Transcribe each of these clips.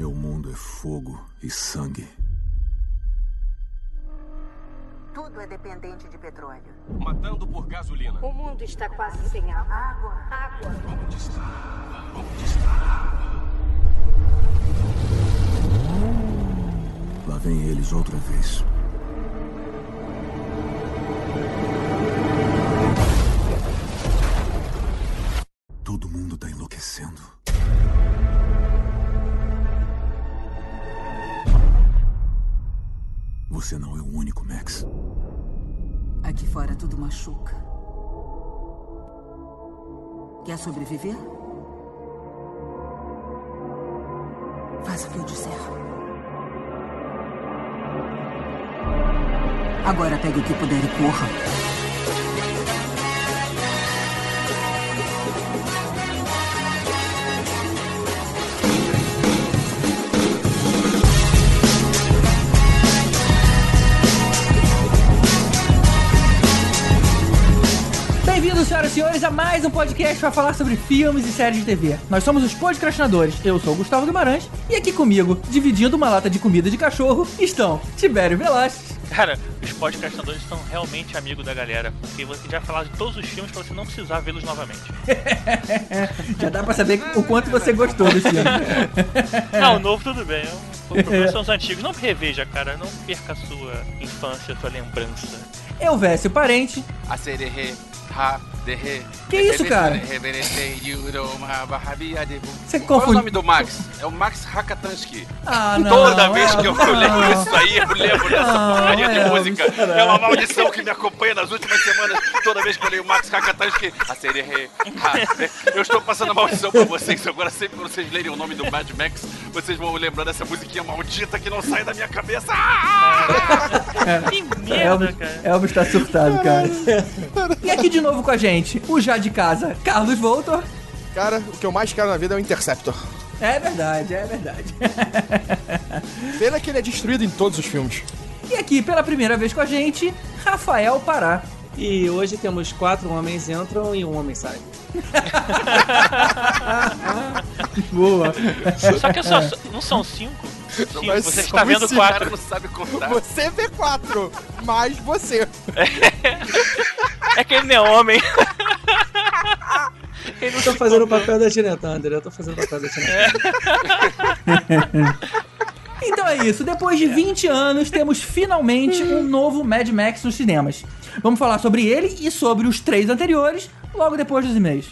Meu mundo é fogo e sangue. Tudo é dependente de petróleo. Matando por gasolina. O mundo está quase sem água. Água. Onde está a água? Onde está a água? Lá vem eles outra vez. Todo mundo tá enlouquecendo. Você não é o único, Max. Aqui fora tudo machuca. Quer sobreviver? Faz o que eu disser. Agora pegue o que puder e corra. Bem-vindos, senhoras e senhores, a mais um podcast para falar sobre filmes e séries de TV. Nós somos os Podcastinadores. Eu sou o Gustavo Guimarães e aqui comigo, dividindo uma lata de comida de cachorro, estão Tibério Velasquez. Cara, os podcastadores estão realmente amigos da galera, porque você já falou de todos os filmes pra você não precisar vê-los novamente. Já dá pra saber o quanto você gostou desse filme. Não, o novo tudo bem. O problema são os antigos. Não reveja, cara. Não perca a sua infância, a sua lembrança. Eu, Vécio Parente. Que isso, cara? Você Qual é o confunde... nome do Max? É o Max Hakatansky. Ah, não. Toda vez que eu não. leio isso aí, eu lembro dessa porcaria de música. É uma maldição que me acompanha nas últimas semanas. Toda vez que eu leio o Max Hakatansky, eu estou passando a maldição pra vocês. Agora, sempre que vocês lerem o nome do Mad Max, vocês vão lembrar dessa musiquinha maldita que não sai da minha cabeça. Que merda, cara. Elvis tá surtado, cara. E aqui de novo com a gente, o já de casa, Carlos Voltor. Cara, o que eu mais quero na vida é o Interceptor. É verdade, é verdade. Pena que ele é destruído em todos os filmes. E aqui, pela primeira vez com a gente, Rafael Pará. E hoje temos 4 homens entram e 1 homem sai. Boa. Só que não são 5? Mas Você está vendo sim, 4. Não sabe contar. Você vê 4, mas você. É que ele não é homem. Eu tô fazendo o papel da Tina Turner, eu tô fazendo o papel da Tina Turner. Então é isso, depois de 20 anos, temos finalmente um novo Mad Max nos cinemas. Vamos falar sobre ele e sobre os 3 anteriores, logo depois dos e-mails.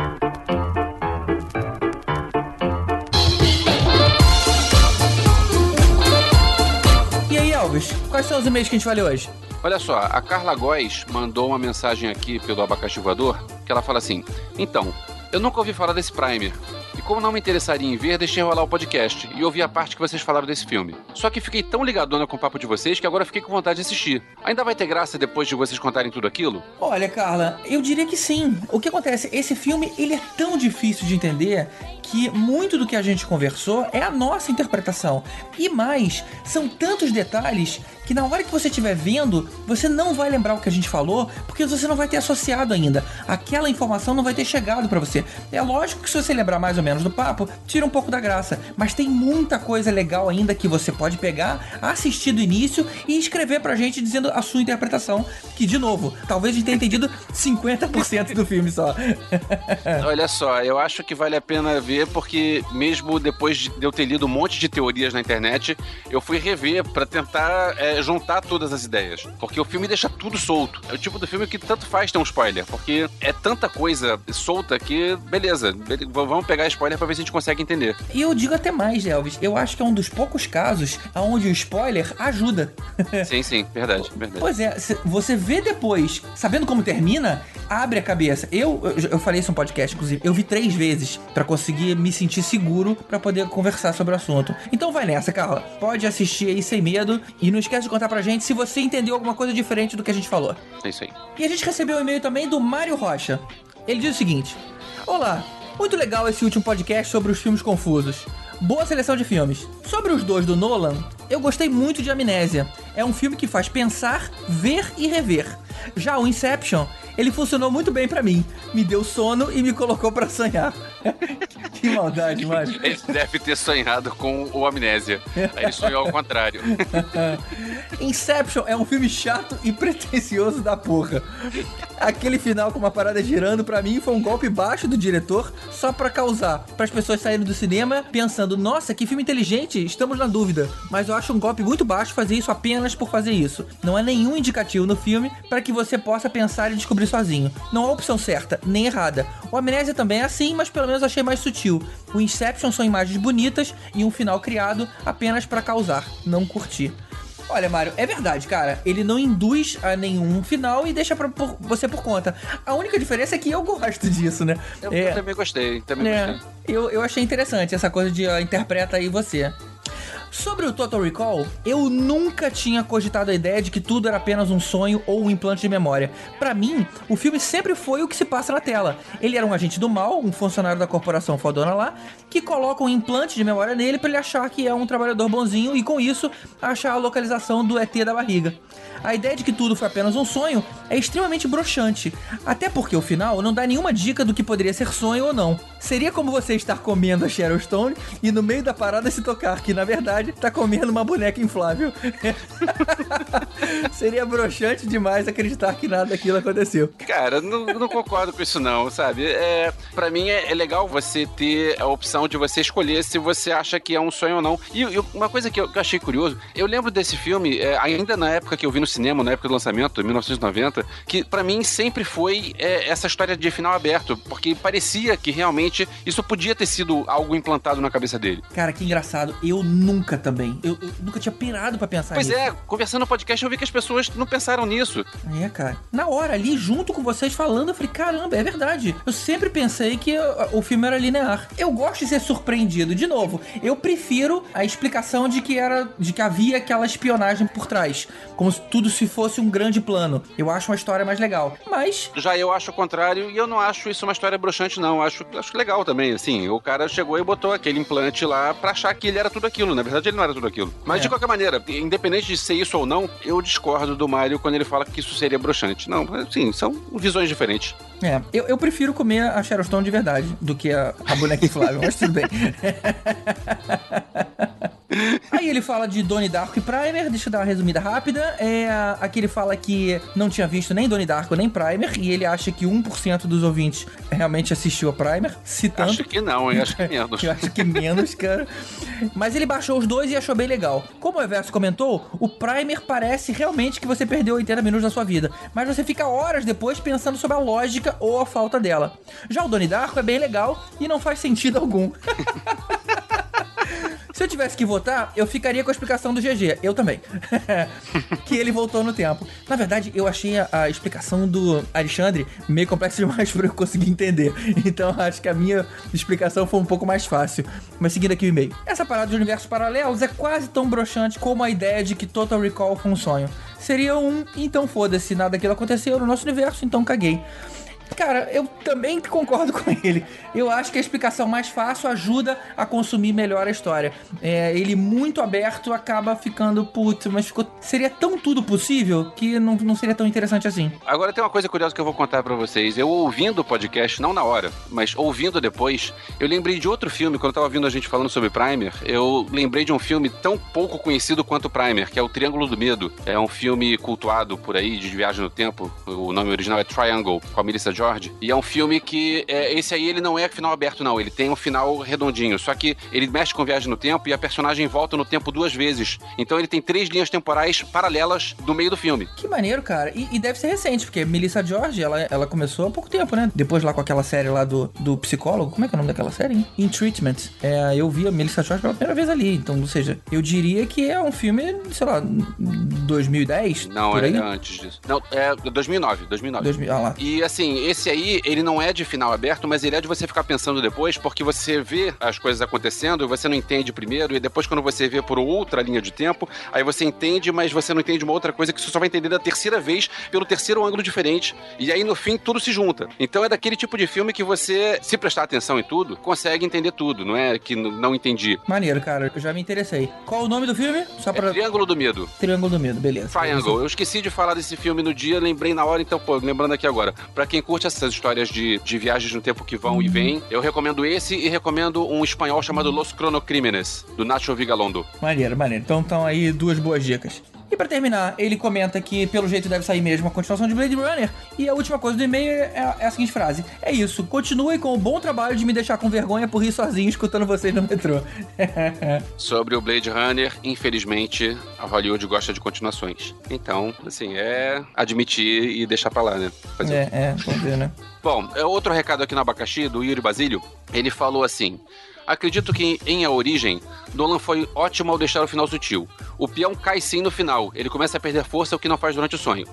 E aí, Elvis, quais são os e-mails que a gente vai ler hoje? Olha só, a Carla Góes mandou uma mensagem aqui pelo Abacaxi Voador, que ela fala assim: então, eu nunca ouvi falar desse Primer. E como não me interessaria em ver, deixei rolar o podcast e ouvi a parte que vocês falaram desse filme. Só que fiquei tão ligadona com o papo de vocês que agora fiquei com vontade de assistir. Ainda vai ter graça depois de vocês contarem tudo aquilo? Olha, Carla, eu diria que sim. O que acontece? Esse filme, ele é tão difícil de entender que muito do que a gente conversou é a nossa interpretação. E mais, são tantos detalhes que na hora que você estiver vendo, você não vai lembrar o que a gente falou, porque você não vai ter associado ainda. Aquela informação não vai ter chegado pra você. É lógico que se você lembrar mais ou menos do papo, tira um pouco da graça. Mas tem muita coisa legal ainda que você pode pegar, assistir do início e escrever pra gente dizendo a sua interpretação. Que, de novo, talvez a gente tenha entendido 50% do filme só. Olha só, eu acho que vale a pena ver, porque mesmo depois de eu ter lido um monte de teorias na internet, eu fui rever pra tentar juntar todas as ideias. Porque o filme deixa tudo solto. É o tipo do filme que tanto faz ter um spoiler, porque é tanta coisa solta que, beleza, vamos pegar spoiler pra ver se a gente consegue entender. E eu digo até mais, Elvis, eu acho que é um dos poucos casos onde o spoiler ajuda. Sim, verdade. Pois é, você vê depois, sabendo como termina, abre a cabeça. Eu falei isso no podcast, inclusive, eu vi 3 vezes pra conseguir me sentir seguro pra poder conversar sobre o assunto. Então vai nessa, Carla. Pode assistir aí sem medo e não esquece de contar pra gente se você entendeu alguma coisa diferente do que a gente falou. É isso aí. E a gente recebeu um e-mail também do Mário Rocha. Ele diz o seguinte: olá, muito legal esse último podcast sobre os filmes confusos. Boa seleção de filmes. Sobre os 2 do Nolan, eu gostei muito de Amnésia. É um filme que faz pensar, ver e rever. Já o Inception, ele funcionou muito bem pra mim. Me deu sono e me colocou pra sonhar. Que maldade, Mário. Ele deve ter sonhado com o Amnésia. Aí ele sonhou ao contrário. Inception é um filme chato e pretensioso da porra. Aquele final com uma parada girando, pra mim, foi um golpe baixo do diretor, só pra causar, para as pessoas saírem do cinema pensando, nossa, que filme inteligente, estamos na dúvida. Mas eu acho um golpe muito baixo fazer isso apenas por fazer isso. Não há nenhum indicativo no filme para que você possa pensar e descobrir sozinho. Não há opção certa, nem errada. O Amnésia também é assim, mas pelo menos achei mais sutil. O Inception são imagens bonitas e um final criado apenas para causar, não curtir. Olha, Mário, é verdade, cara. Ele não induz a nenhum final e deixa você por conta. A única diferença é que eu gosto disso, né? Eu também gostei, gostei. Eu achei interessante essa coisa de interpreta aí você. Sobre o Total Recall, eu nunca tinha cogitado a ideia de que tudo era apenas um sonho ou um implante de memória. Pra mim, o filme sempre foi o que se passa na tela. Ele era um agente do mal, um funcionário da corporação fodona lá, que coloca um implante de memória nele pra ele achar que é um trabalhador bonzinho e, com isso, achar a localização do ET da barriga. A ideia de que tudo foi apenas um sonho é extremamente broxante, até porque o final não dá nenhuma dica do que poderia ser sonho ou não. Seria como você estar comendo a Sharon Stone e no meio da parada se tocar que, na verdade, tá comendo uma boneca inflável. Seria broxante demais acreditar que nada daquilo aconteceu. Cara, não concordo com isso não, sabe? Pra mim é legal você ter a opção de você escolher se você acha que é um sonho ou não. E uma coisa que eu achei curioso, eu lembro desse filme, ainda na época que eu vi no cinema, na época do lançamento, em 1990, que pra mim sempre foi essa história de final aberto, porque parecia que realmente isso podia ter sido algo implantado na cabeça dele. Cara, que engraçado. Eu nunca também. Eu nunca tinha pirado pra pensar nisso. Pois conversando no podcast eu vi que as pessoas não pensaram nisso. Cara. Na hora, ali, junto com vocês falando, eu falei, caramba, é verdade. Eu sempre pensei que o filme era linear. Eu gosto de ser surpreendido. De novo, eu prefiro a explicação de que havia aquela espionagem por trás. Como se tudo se fosse um grande plano. Eu acho uma história mais legal. Mas... já eu acho o contrário e eu não acho isso uma história broxante, não. Eu acho legal também, assim. O cara chegou e botou aquele implante lá pra achar que ele era tudo aquilo. Na verdade, ele não era tudo aquilo. Mas, de qualquer maneira, independente de ser isso ou não, eu discordo do Mário quando ele fala que isso seria broxante. Não, assim, são visões diferentes. Eu prefiro comer a Sharon Stone de verdade do que a boneca inflável, mas tudo bem. Aí ele fala de Donnie Darko e Primer, deixa eu dar uma resumida rápida. Aqui ele fala que não tinha visto nem Donnie Darko nem Primer, e ele acha que 1% dos ouvintes realmente assistiu a Primer, se tanto. Acho que não, eu acho que menos. Eu acho que menos, cara. Mas ele baixou os dois e achou bem legal. Como o Everson comentou, o Primer parece realmente que você perdeu 80 minutos da sua vida, mas você fica horas depois pensando sobre a lógica ou a falta dela. Já o Donnie Darko é bem legal e não faz sentido algum. Se eu tivesse que votar, eu ficaria com a explicação do GG. Eu também. Que ele voltou no tempo. Na verdade, eu achei a explicação do Alexandre meio complexa demais pra eu conseguir entender. Então, acho que a minha explicação foi um pouco mais fácil. Mas seguindo aqui o e-mail. Essa parada de universos paralelos é quase tão broxante como a ideia de que Total Recall foi um sonho. Seria então foda-se, nada daquilo aconteceu no nosso universo, então caguei. Cara, eu também concordo com ele. Eu acho que a explicação mais fácil ajuda a consumir melhor a história. Ele muito aberto acaba ficando, putz, mas seria tão tudo possível que não seria tão interessante assim. Agora tem uma coisa curiosa que eu vou contar pra vocês. Eu ouvindo o podcast, não na hora, mas ouvindo depois, eu lembrei de outro filme, quando eu tava ouvindo a gente falando sobre Primer, eu lembrei de um filme tão pouco conhecido quanto Primer, que é o Triângulo do Medo. É um filme cultuado por aí, de viagem no tempo. O nome original é Triangle, com a Melissa George, e é um filme que, esse aí ele não é final aberto não, ele tem um final redondinho, só que ele mexe com viagem no tempo e a personagem volta no tempo 2 vezes, então ele tem 3 linhas temporais paralelas no meio do filme. Que maneiro, cara, e deve ser recente, porque Melissa George, ela começou há pouco tempo, né, depois lá com aquela série lá do psicólogo, como é que é o nome daquela série, hein? In Treatment, eu vi a Melissa George pela primeira vez ali, então, ou seja, eu diria que é um filme, sei lá, 2010? Não, é antes disso. Não, é 2009. 2000, lá. E assim, Esse aí, ele não é de final aberto, mas ele é de você ficar pensando depois, porque você vê as coisas acontecendo e você não entende primeiro, e depois quando você vê por outra linha de tempo, aí você entende, mas você não entende uma outra coisa que você só vai entender da terceira vez, pelo terceiro ângulo diferente, e aí no fim tudo se junta. Então é daquele tipo de filme que você, se prestar atenção em tudo, consegue entender tudo, não é que não entendi. Maneiro, cara, eu já me interessei. Qual o nome do filme? Só pra... Triângulo do Medo. Triângulo do Medo, beleza. Triangle. Eu esqueci de falar desse filme no dia, lembrei na hora, então, lembrando aqui agora. Pra quem curte essas histórias de viagens no tempo que vão e vêm, eu recomendo esse e recomendo um espanhol chamado Los Cronocrímenes, do Nacho Vigalondo. Maneiro. Então estão aí duas boas dicas. E pra terminar, ele comenta que pelo jeito deve sair mesmo a continuação de Blade Runner. E a última coisa do e-mail é a seguinte frase: é isso, continue com o bom trabalho de me deixar com vergonha por rir sozinho escutando vocês no metrô. Sobre o Blade Runner, infelizmente, a Hollywood gosta de continuações. Então, assim, é admitir e deixar pra lá, né? Vamos ver, né? Bom, outro recado aqui no Abacaxi, do Yuri Basílio. Ele falou assim: acredito que em A Origem, Nolan foi ótimo ao deixar o final sutil. O peão cai sim no final, ele começa a perder força, o que não faz durante o sonho.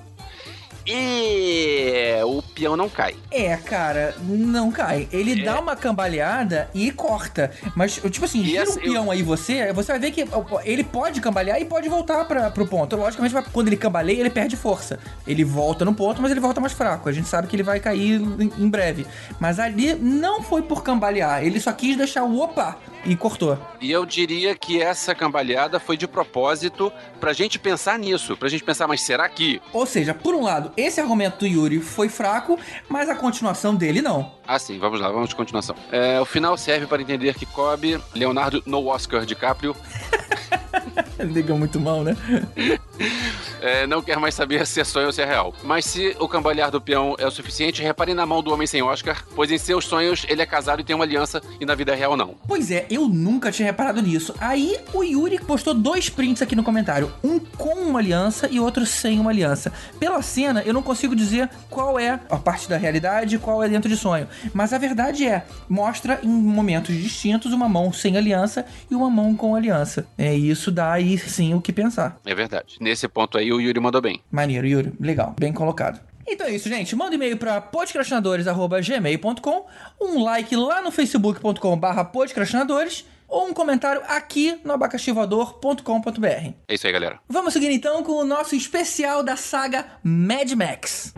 E o peão não cai. Cara, não cai. Ele dá uma cambaleada e corta. Mas, tipo assim, gira o peão aí você vai ver que ele pode cambalear e pode voltar pro ponto. Logicamente, quando ele cambaleia, ele perde força. Ele volta no ponto, mas ele volta mais fraco. A gente sabe que ele vai cair em breve. Mas ali não foi por cambalear. Ele só quis deixar o opa e cortou. E eu diria que essa cambaleada foi de propósito pra gente pensar nisso. Pra gente pensar, mas será que... Ou seja, por um lado, esse argumento do Yuri foi fraco, mas a continuação dele não. Ah, sim, vamos lá, vamos de continuação. O final serve para entender que Cobb, Leonardo no Oscar DiCaprio... Ele ligou muito mal, né? Não quer mais saber se é sonho ou se é real. Mas se o cambalear do peão é o suficiente, reparem na mão do homem sem Oscar, pois em seus sonhos ele é casado e tem uma aliança, e na vida real não. Pois é, eu nunca tinha reparado nisso. Aí o Yuri postou 2 prints aqui no comentário, um com uma aliança e outro sem uma aliança. Pela cena, eu não consigo dizer qual é a parte da realidade e qual é dentro de sonho. Mas a verdade mostra em momentos distintos uma mão sem aliança e uma mão com aliança. Isso dá aí sim o que pensar. É verdade. Nesse ponto aí o Yuri mandou bem. Maneiro, Yuri. Legal. Bem colocado. Então é isso, gente. Manda e-mail para podcastinadores@gmail.com, um like lá no facebook.com/podcastinadores ou um comentário aqui no abacaxivador.com.br. É isso aí, galera. Vamos seguir então com o nosso especial da saga Mad Max.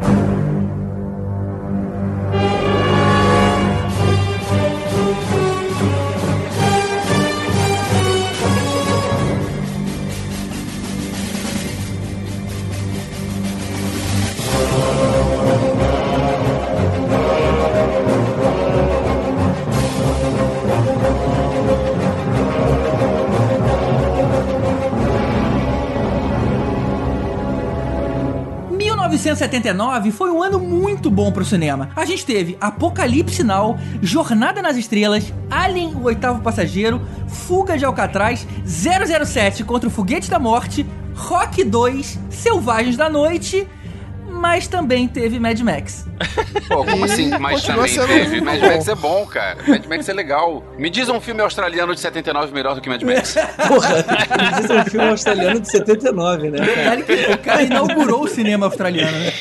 1979 foi um ano muito bom pro cinema. A gente teve Apocalipse Now, Jornada nas Estrelas, Alien, o Oitavo Passageiro, Fuga de Alcatraz, 007 contra o Foguete da Morte, Rock 2, Selvagens da Noite, mas também teve Mad Max. Pô, como assim? Mas também teve. Mad Max é bom, cara. Mad Max é legal. Me diz um filme australiano de 79 melhor do que Mad Max. Porra, me diz um filme australiano de 79, né? O cara inaugurou o cinema australiano, né?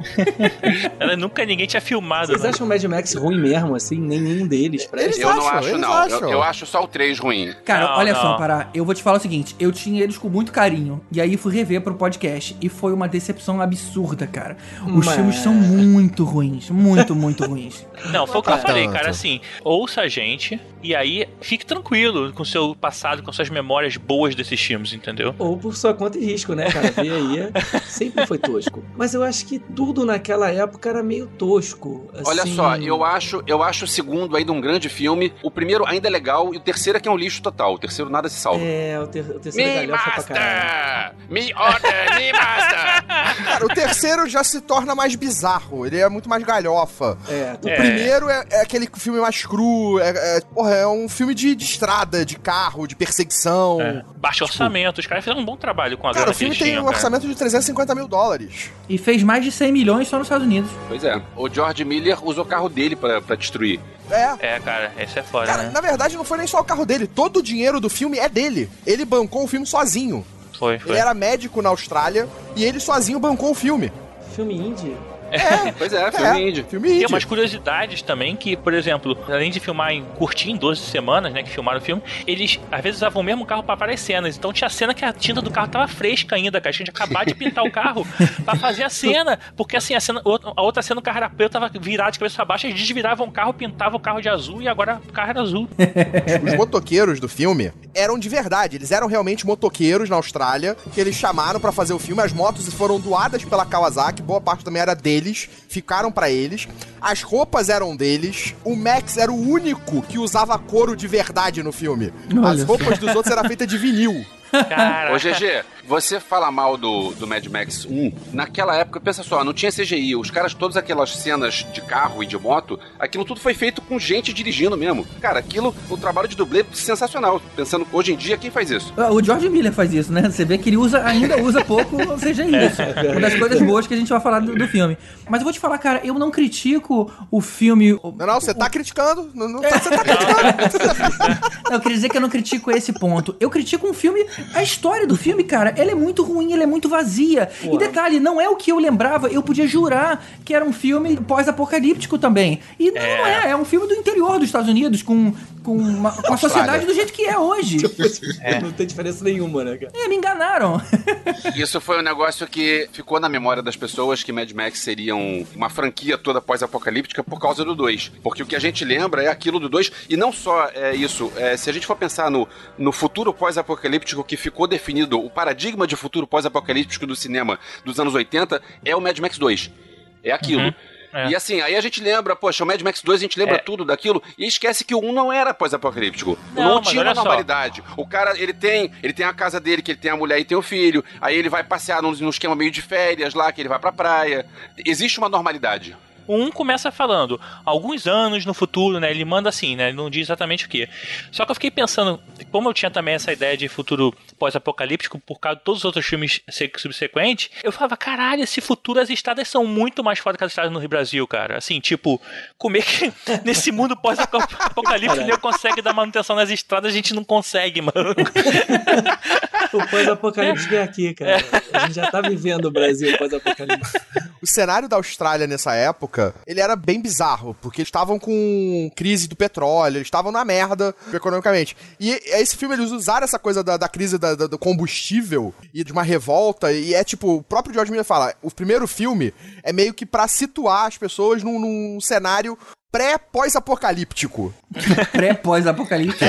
Nunca ninguém tinha filmado. Vocês acham o Mad Max ruim mesmo, assim? Nenhum deles? Eu não acho, não. Eu acho só o 3 ruim. Cara, não, olha não. só, Pará. Eu vou te falar o seguinte. Eu tinha eles com muito carinho. E aí fui rever pro podcast. E foi uma decepção absurda, cara. Os filmes são muito ruins. Muito, muito ruins. Não, foi o que eu falei, cara, assim, ouça a gente e aí fique tranquilo com o seu passado, com suas memórias boas desses filmes, entendeu? Ou por sua conta e risco, né, cara? Ver aí, sempre foi tosco. Mas eu acho que tudo naquela época era meio tosco. Assim... Olha só, eu acho o segundo ainda um grande filme, o primeiro ainda é legal e o terceiro é que é um lixo total, o terceiro nada se salva. O terceiro é galhofa pra caralho. Me order, me master! Cara, o terceiro já se torna mais bizarro, ele é muito mais galhofa. O primeiro é aquele filme mais cru, é um filme de estrada, de carro, de perseguição. Baixo orçamento, os caras fizeram um bom trabalho com a Cara, grana o filme que eles tem tinham, um orçamento de $350 mil. E fez mais de 100 milhões só nos Estados Unidos. Pois é, o George Miller usou o carro dele pra destruir. Cara, esse é foda, Cara, né? na verdade não foi nem só o carro dele, todo o dinheiro do filme é dele. Ele bancou o filme sozinho. Foi. Ele era médico na Austrália e ele sozinho bancou o filme. Filme indie? Pois é, filme indie. Tem umas curiosidades também que, por exemplo, além de filmar em curtinho, 12 semanas, né, que filmaram o filme, eles às vezes usavam o mesmo carro pra várias cenas. Então tinha cena que a tinta do carro tava fresca ainda, cara. A gente acabava de pintar o carro pra fazer a cena. Porque assim, a outra cena o carro era preto, tava virado de cabeça pra baixo, eles desviravam o carro, pintavam o carro de azul e agora o carro era azul. Os motoqueiros do filme eram de verdade. Eles eram realmente motoqueiros na Austrália, que eles chamaram pra fazer o filme. As motos foram doadas pela Kawasaki, boa parte também era deles, ficaram pra eles. As roupas eram deles. O Max era o único que usava couro de verdade no filme. As roupas dos outros eram feitas de vinil. Ô, GG, você fala mal do Mad Max 1, naquela época, pensa só, não tinha CGI, os caras, todas aquelas cenas de carro e de moto, aquilo tudo foi feito com gente dirigindo mesmo. Cara, aquilo, o trabalho de dublê sensacional, pensando que hoje em dia, quem faz isso? O George Miller faz isso, né? Você vê que ele ainda usa pouco o CGI. Uma das coisas boas que a gente vai falar do filme. Mas eu vou te falar, cara, eu não critico o filme... Não, você tá criticando. Você tá criticando. Eu queria dizer que eu não critico esse ponto. Eu critico um filme... A história do filme, cara, ela é muito ruim, ela é muito vazia. Uau. E detalhe, não é o que eu lembrava, eu podia jurar que era um filme pós-apocalíptico também. E não é um filme do interior dos Estados Unidos, com a sociedade do jeito que é hoje. Não tem diferença nenhuma, né, cara? Me enganaram. Isso foi um negócio que ficou na memória das pessoas, que Mad Max seria uma franquia toda pós-apocalíptica por causa do 2. Porque o que a gente lembra é aquilo do 2, e não só isso, se a gente for pensar no futuro pós-apocalíptico que ficou definido, o paradigma de futuro pós-apocalíptico do cinema dos anos 80 é o Mad Max 2. É aquilo. E assim, aí a gente lembra, poxa, o Mad Max 2 a gente lembra tudo daquilo e esquece que o 1 não era pós-apocalíptico. Não tinha uma normalidade. O cara, ele tem a casa dele, que ele tem a mulher e tem o filho, aí ele vai passear num esquema meio de férias lá, que ele vai pra praia. Existe uma normalidade. O 1 começa falando, alguns anos no futuro, né? Ele manda assim, né? Ele não diz exatamente o quê. Só que eu fiquei pensando, como eu tinha também essa ideia de futuro pós-apocalíptico por causa de todos os outros filmes subsequentes, eu falava, caralho, esse futuro as estradas são muito mais fodas que as estradas no Brasil, cara. Assim, tipo, como é que nesse mundo pós-apocalíptico ele consegue dar manutenção nas estradas, a gente não consegue, mano. O pós-apocalíptico é aqui, cara. A gente já tá vivendo o Brasil pós-apocalíptico. O cenário da Austrália nessa época, ele era bem bizarro, porque eles estavam com crise do petróleo, eles estavam na merda economicamente. E esse filme, eles usaram essa coisa da crise do combustível e de uma revolta, e é tipo, o próprio George Miller fala, o primeiro filme é meio que pra situar as pessoas num cenário pré-pós-apocalíptico. Pré-pós-apocalíptico?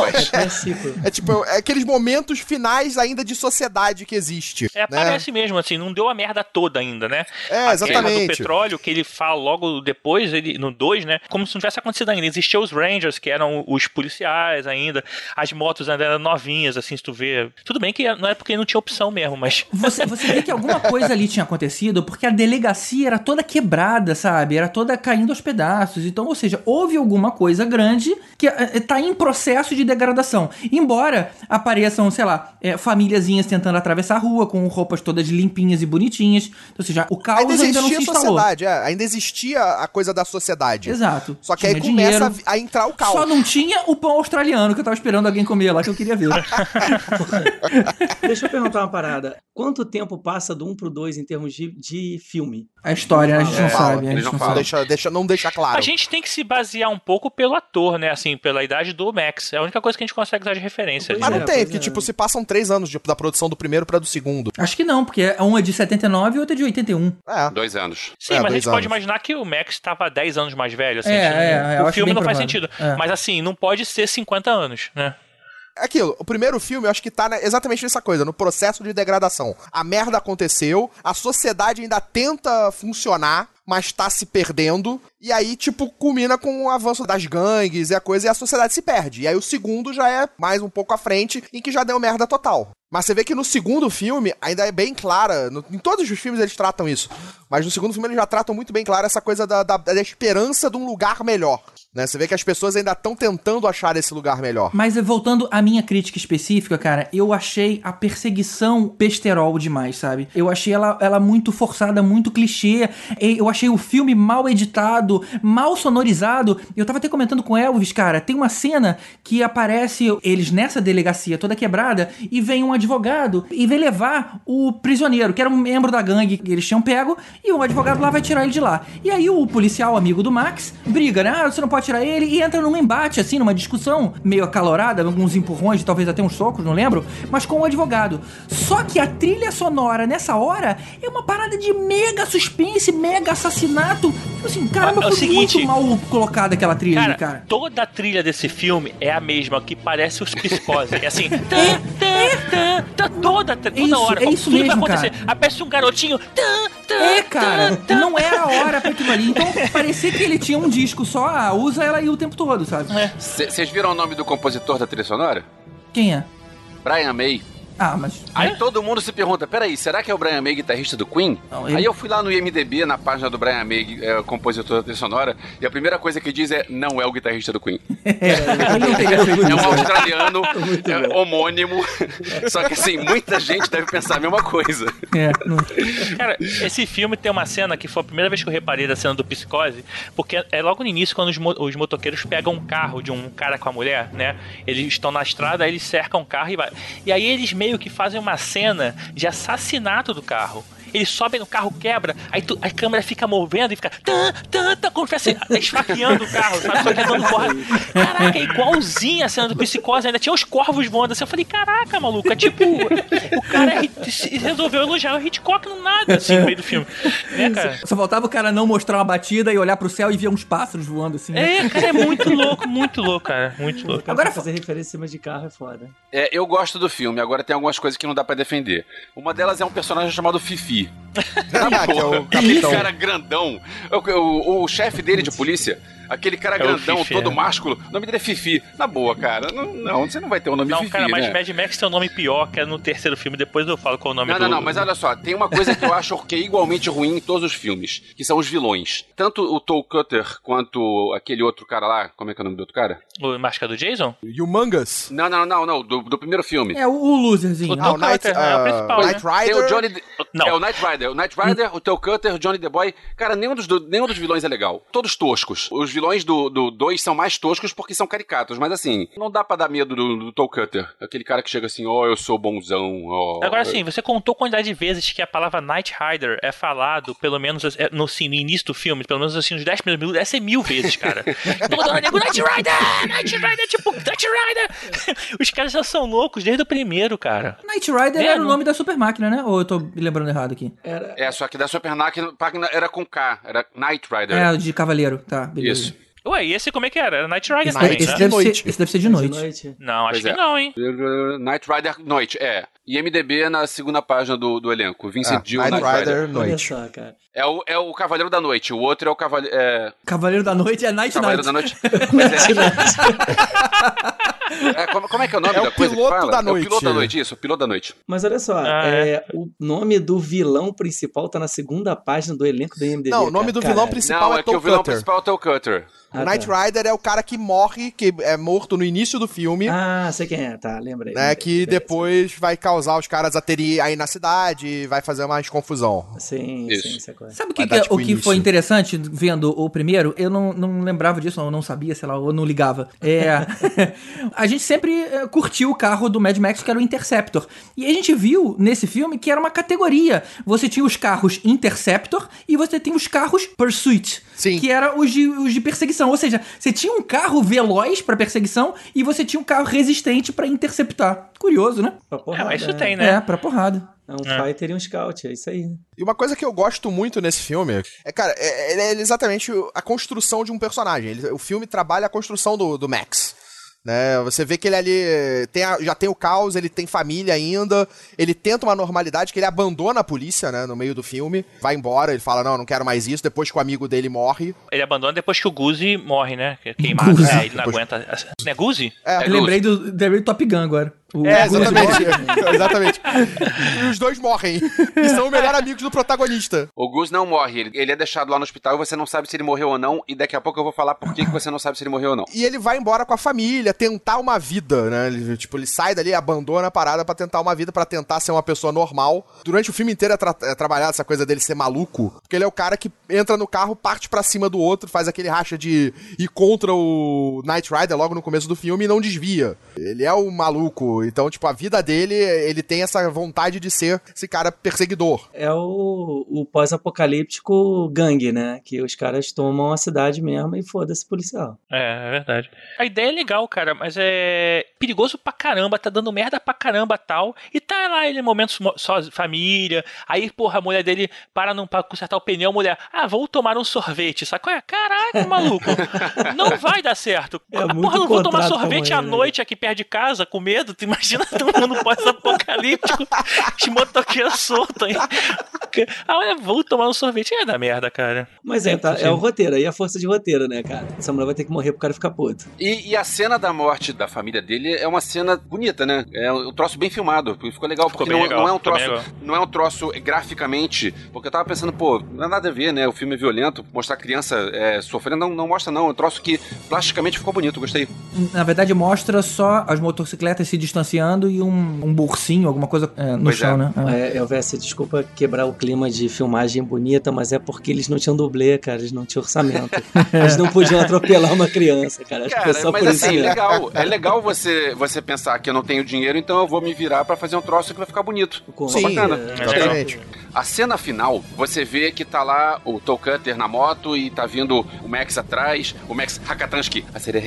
É tipo, é aqueles momentos finais ainda de sociedade que existe. Parece mesmo, assim, não deu a merda toda ainda, né? Exatamente. A guerra do petróleo, que ele fala logo depois, no 2, né? Como se não tivesse acontecido ainda. Existiam os Rangers, que eram os policiais ainda, as motos ainda eram novinhas, assim, se tu vê. Tudo bem que não é porque não tinha opção mesmo, mas... Você vê que alguma coisa ali tinha acontecido, porque a delegacia era toda quebrada, sabe? Era toda caindo aos pedaços. Então, ou seja, houve alguma coisa grande que tá em processo de degradação. Embora apareçam, sei lá, famíliazinhas tentando atravessar a rua com roupas todas limpinhas e bonitinhas. Então, ou seja, o caos ainda não se instalou. Ainda existia a coisa da sociedade. Exato. Só que aí começa a entrar o caos. Só não tinha o pão australiano que eu tava esperando alguém comer lá, que eu queria ver. Deixa eu perguntar uma parada. Quanto tempo passa do 1 pro 2 em termos de filme? A história, a gente não sabe. Não deixa claro. A gente tem que se basear um pouco pelo ator, né? Assim, pela idade do Max. É a única coisa que a gente consegue usar de referência. Mas não tem, porque tipo, se passam 3 anos da produção do primeiro pra do segundo. Acho que não, porque um é de 79 e outro é de 81. 2 anos. Sim, mas a gente pode imaginar que o Max tava 10 anos mais velho, assim. O o filme não faz sentido. Mas assim, não pode ser 50 anos, né? Aquilo, o primeiro filme eu acho que tá exatamente nessa coisa, no processo de degradação. A merda aconteceu, a sociedade ainda tenta funcionar, mas tá se perdendo, e aí, tipo, culmina com o avanço das gangues e a coisa, e a sociedade se perde. E aí o segundo já é mais um pouco à frente, em que já deu merda total. Mas você vê que no segundo filme, ainda é bem clara, em todos os filmes eles tratam isso, mas no segundo filme eles já tratam muito bem clara essa coisa da esperança de um lugar melhor. Né? Você vê que as pessoas ainda estão tentando achar esse lugar melhor. Mas voltando à minha crítica específica, cara, eu achei a perseguição besterol demais, sabe? Eu achei ela muito forçada, muito clichê. Eu achei o filme mal editado, mal sonorizado. Eu tava até comentando com o Elvis, cara, tem uma cena que aparece eles nessa delegacia toda quebrada e vem um advogado e vem levar o prisioneiro, que era um membro da gangue que eles tinham pego, e o advogado lá vai tirar ele de lá. E aí o policial, amigo do Max, briga, né? Você não pode tirar ele, e entra num embate, assim, numa discussão meio acalorada, alguns empurrões, talvez até uns socos, não lembro, mas com o advogado. Só que a trilha sonora nessa hora é uma parada de mega suspense, mega assassinato. Assim, caramba, foi muito mal colocada aquela trilha, cara. Toda a trilha desse filme é a mesma, que parece os Psicose. É assim, toda hora. É isso mesmo, cara. Aparece um garotinho. Cara, não era a hora pra aquilo ali. Então, parecia que ele tinha um disco só, usa ela aí o tempo todo, sabe? Vocês viram o nome do compositor da trilha sonora? Quem é? Brian May. Ah, mas... Aí todo mundo se pergunta, peraí, será que é o Brian May, guitarrista do Queen? Não, Aí eu fui lá no IMDb, na página do Brian May, compositor da trilha sonora, e a primeira coisa que diz é, não é o guitarrista do Queen. É um australiano, homônimo, só que assim, muita gente deve pensar a mesma coisa. Cara, esse filme tem uma cena que foi a primeira vez que eu reparei da cena do Psicose, porque é logo no início, quando os motoqueiros pegam um carro de um cara com a mulher, né? Eles estão na estrada, aí eles cercam o carro e vai. E aí eles meio que fazem uma cena de assassinato do carro. Eles sobem no carro, quebra, aí a câmera fica movendo e fica como se estivesse esfaqueando o carro, sabe? Só que dando porra. Caraca, é igualzinha a cena do Psicose, ainda tinha os corvos voando assim. Eu falei, caraca, maluco, é tipo, o cara resolveu elogiar o Hitchcock no nada, assim, no meio do filme. Né, cara? Só faltava o cara não mostrar uma batida e olhar pro céu e ver uns pássaros voando assim. Cara, é muito louco, cara, muito louco. Agora fazer referência em cima de carro é foda. Eu gosto do filme, agora tem algumas coisas que não dá pra defender. Uma delas é um personagem chamado Fifi. Aquele cara grandão, o chefe dele de polícia, aquele cara grandão, Fifi, todo másculo, o nome dele é Fifi. Na boa, cara, não, você não vai ter o nome Fifi, Não, cara, mas né? Mad Max tem um nome pior, que é no terceiro filme, depois eu falo qual é o nome Não, mas olha só, tem uma coisa que eu acho que é igualmente ruim em todos os filmes, que são os vilões. Tanto o Toe Cutter quanto aquele outro cara lá, como é que é o nome do outro cara? O Máscara do Jason? Humongous. Não, do primeiro filme. É o loserzinho. O Toe Cutter é o principal, Night né? Rider. Tem o Johnny... É o Night Rider. O Night Rider, o Toe Cutter, o Johnny the Boy. Cara, nenhum dos vilões é legal. Todos toscos. Os vilões do 2 são mais toscos porque são caricatos. Mas assim, não dá pra dar medo do Toe Cutter. Aquele cara que chega assim, eu sou bonzão. Agora sim, você contou a quantidade de vezes que a palavra Night Rider é falado, pelo menos no início do filme, pelo menos assim, uns 10 primeiros minutos, essa é 1000 vezes, cara. Toda hora nego, Night Rider, tipo, Night Rider. Os caras já são loucos desde o primeiro, cara. Night Rider era o nome da super máquina, né? Ou eu tô me lembrando errado aqui? Só que da super máquina era com K, era Night Rider. É, de cavaleiro, tá, beleza. Isso. Ué, e esse como é que era? Era Night Rider também, né? Esse deve ser de noite. Não, acho que não, hein? Night Rider Noite, IMDb na segunda página do elenco. Vincent Gill, Night Rider Olha Noite. só, cara. É o Cavaleiro da Noite, o outro é o Cavaleiro... Cavaleiro da Noite é Night Cavaleiro Night. da Noite. Mas como é que é o nome da coisa que fala? Da noite. É o Piloto da Noite, isso, o Piloto da Noite. Mas olha só, o nome do vilão principal tá na segunda página do elenco do IMDb. Não, o nome do vilão principal Não, é que o Toe vilão Cutter. principal é o Toe Cutter. O Knight Rider é o cara que morre, que é morto no início do filme. Ah, sei quem é, tá, lembrei. Né, que depois vai causar os caras a terem aí na cidade, vai fazer mais confusão. Sim, Isso. sim, sacou. Sabe Vai o que foi interessante vendo o primeiro? Eu não lembrava disso, eu não sabia, sei lá, ou não ligava. A gente sempre curtiu o carro do Mad Max, que era o Interceptor. E a gente viu nesse filme que era uma categoria. Você tinha os carros Interceptor e você tinha os carros Pursuit. Sim. Que eram os de perseguição. Ou seja, você tinha um carro veloz pra perseguição e você tinha um carro resistente pra interceptar. Curioso, né? Pra porrada, Isso tem, né? Pra porrada. É um fighter e um scout, é isso aí. E uma coisa que eu gosto muito nesse filme é exatamente a construção de um personagem. O filme trabalha a construção do Max. Né? Você vê que ele ali já tem o caos, ele tem família ainda, ele tenta uma normalidade, que ele abandona a polícia, né, no meio do filme, vai embora, ele fala, não quero mais isso, depois que o amigo dele morre. Ele abandona depois que o Guzi morre, né? Queimado, Guzi. ele não aguenta. Não é Guzi? Eu lembrei do Top Gun agora. Exatamente. Exatamente. E os dois morrem. E são os melhores amigos do protagonista. O Gus não morre, ele é deixado lá no hospital e você não sabe se ele morreu ou não, e daqui a pouco eu vou falar por que você não sabe se ele morreu ou não. E ele vai embora com a família, tentar uma vida, né? Ele sai dali, abandona a parada pra tentar uma vida, pra tentar ser uma pessoa normal. Durante o filme inteiro é trabalhado essa coisa dele ser maluco, porque ele é o cara que entra no carro, parte pra cima do outro, faz aquele racha de ir contra o Knight Rider logo no começo do filme e não desvia. Ele é o maluco, bandido. Então, tipo, a vida dele, ele tem essa vontade de ser esse cara perseguidor. É o pós-apocalíptico gangue, né? Que os caras tomam a cidade mesmo e foda-se policial. É verdade. A ideia é legal, cara, mas é perigoso pra caramba, tá dando merda pra caramba tal. E tá lá ele em momentos só família. Aí, porra, a mulher dele para pra consertar o pneu, a mulher, vou tomar um sorvete, sacou? Caraca, maluco, não vai dar certo. Porra, não vou tomar sorvete à noite aqui perto de casa, com medo. Tu imagina todo mundo pós-apocalíptico, de motoqueiro solto, hein? Olha, vou tomar um sorvete. É da merda, cara. Mas é o roteiro, aí a força de roteiro, né, cara? Essa mulher vai ter que morrer pro cara ficar puto. E a cena da morte da família dele é uma cena bonita, né? É um troço bem filmado. Ficou legal, porque não é um troço graficamente, porque eu tava pensando, pô, não é nada a ver, né? O filme é violento, mostrar criança sofrendo, não mostra não. É um troço que plasticamente ficou bonito, gostei. Na verdade, mostra só as motocicletas se distanciando e um burcinho, alguma coisa no chão, né? Elvésio, desculpa quebrar o clima de filmagem bonita, mas é porque eles não tinham dublê, cara, eles não tinham orçamento. Eles não podiam atropelar uma criança, cara. Acho que foi só mas por assim, isso é legal você pensar que eu não tenho dinheiro, então eu vou me virar pra fazer um troço que vai ficar bonito. Sim, bacana. Exatamente. A cena final, você vê que tá lá o Tow Cutter na moto e tá vindo o Max atrás, o Max Hakatansky.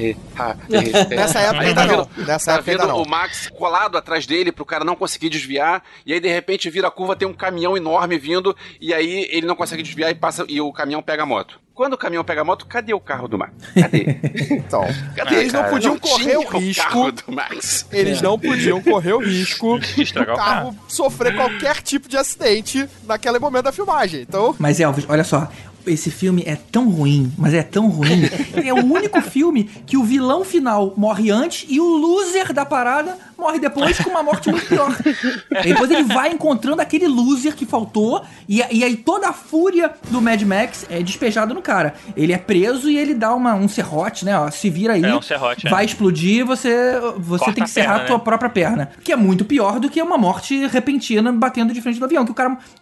Nessa época ainda não. Nessa época ainda não. O Max colado atrás dele pro cara não conseguir desviar, e aí de repente vira a curva, tem um caminhão enorme vindo, e aí ele não consegue desviar e o caminhão pega a moto. Quando o caminhão pega a moto, cadê o carro do Max? Cadê? Então, eles não podiam correr o risco. Do Max. Eles não podiam correr o risco do carro sofrer qualquer tipo de acidente naquele momento da filmagem. Então... Mas, Elvis, olha só. Esse filme é tão ruim, mas é tão ruim. É o único filme que o vilão final morre antes e o loser da parada morre depois com uma morte muito pior. Depois ele vai encontrando aquele loser que faltou e aí toda a fúria do Mad Max é despejada no cara. Ele é preso e ele dá um serrote, né? Ó, se vira aí, um serrote, vai explodir, você tem que serrar a tua própria perna. Que é muito pior do que uma morte repentina batendo de frente do avião.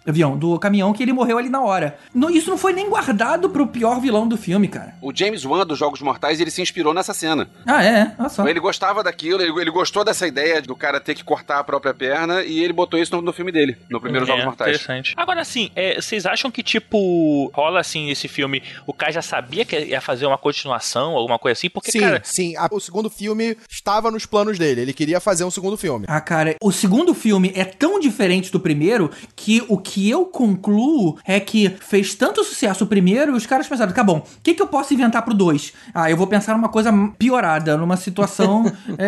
Do caminhão que ele morreu ali na hora. Isso não foi nem guardado pro pior vilão do filme, cara. O James Wan dos Jogos Mortais, ele se inspirou nessa cena. Olha só. Ele gostava daquilo, ele gostou dessa ideia do cara ter que cortar a própria perna e ele botou isso no filme dele, no primeiro Jogos Mortais. Interessante. Agora, assim, vocês acham que, tipo, rola, assim, esse filme, o cara já sabia que ia fazer uma continuação, alguma coisa assim? Porque, Sim. O segundo filme estava nos planos dele. Ele queria fazer um segundo filme. Cara, o segundo filme é tão diferente do primeiro que o que eu concluo é que fez tanto sucesso o primeiro e os caras pensaram, tá bom, o que eu posso inventar pro 2? Eu vou pensar numa coisa piorada, numa situação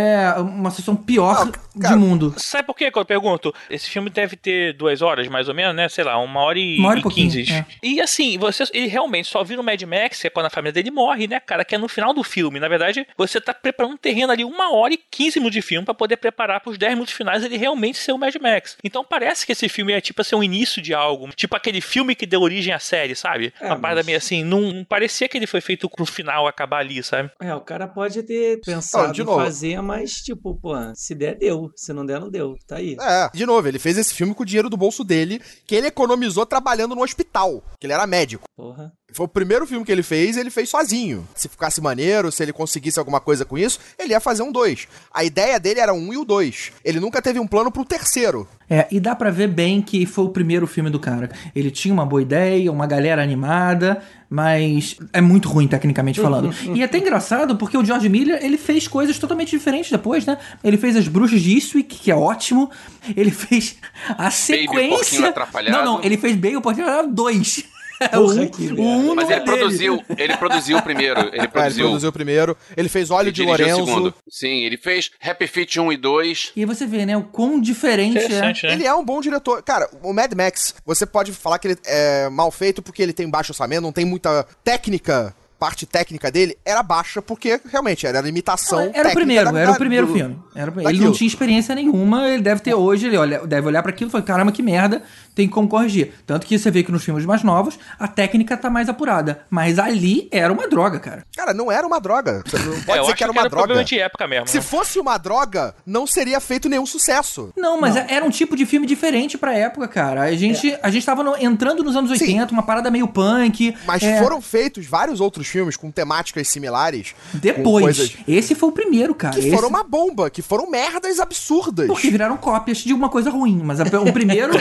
uma situação pior de mundo. Sabe por que eu pergunto? Esse filme deve ter 2 horas, mais ou menos, né? Sei lá, 1h e 15. E assim, ele realmente só vira o Mad Max, que é quando a família dele morre, né, cara? Que é no final do filme. Na verdade, você tá preparando um terreno ali 1h e 15 minutos de filme pra poder preparar pros 10 minutos finais ele realmente ser o Mad Max. Então parece que esse filme é tipo assim, um início de algo. Tipo aquele filme que deu origem à série, sabe? Uma parada meio assim, não parecia que ele foi feito pro final acabar ali, sabe? O cara pode ter pensado em fazer, mas tipo, pô, se der, deu. Se não der, não deu. Tá aí. De novo, ele fez esse filme com o dinheiro do bolso dele, que ele economizou trabalhando no hospital, que ele era médico. Porra. Foi o primeiro filme que ele fez sozinho. Se ficasse maneiro, se ele conseguisse alguma coisa com isso, ele ia fazer um 2. A ideia dele era 1 e o 2. Ele nunca teve um plano pro terceiro. E dá pra ver bem que foi o primeiro filme do cara. Ele tinha uma boa ideia, uma galera animada, mas é muito ruim tecnicamente falando. E é até engraçado porque o George Miller, ele fez coisas totalmente diferentes depois, né? Ele fez As Bruxas de Eastwick, que é ótimo. Ele fez a sequência... Não, ele fez Baby Porquinho Atrapalhado 2. Mas ele produziu o primeiro. Ele produziu o primeiro. Ele fez Óleo de Lorenzo. Sim, ele fez Happy Feet 1 e 2. E aí você vê, né, o quão diferente é. Né? Ele é um bom diretor. Cara, o Mad Max, você pode falar que ele é mal feito porque ele tem baixo orçamento, não tem muita técnica. Parte técnica dele era baixa porque realmente era a limitação era o primeiro filme. Ele não tinha experiência nenhuma, ele deve ter hoje, deve olhar pra aquilo e falar, caramba, que merda, tem como corrigir. Tanto que você vê que nos filmes mais novos, a técnica tá mais apurada. Mas ali era uma droga, cara. Cara, não era uma droga. Você não pode dizer que era uma droga. Problema de época mesmo, Se fosse uma droga, não seria feito nenhum sucesso. Não, mas era um tipo de filme diferente pra época, cara. A gente tava entrando nos anos 80, uma parada meio punk. Mas foram feitos vários outros filmes com temáticas similares. Depois. Esse foi o primeiro, cara. Que foram uma bomba, que foram merdas absurdas. Porque viraram cópias de uma coisa ruim. Mas o primeiro...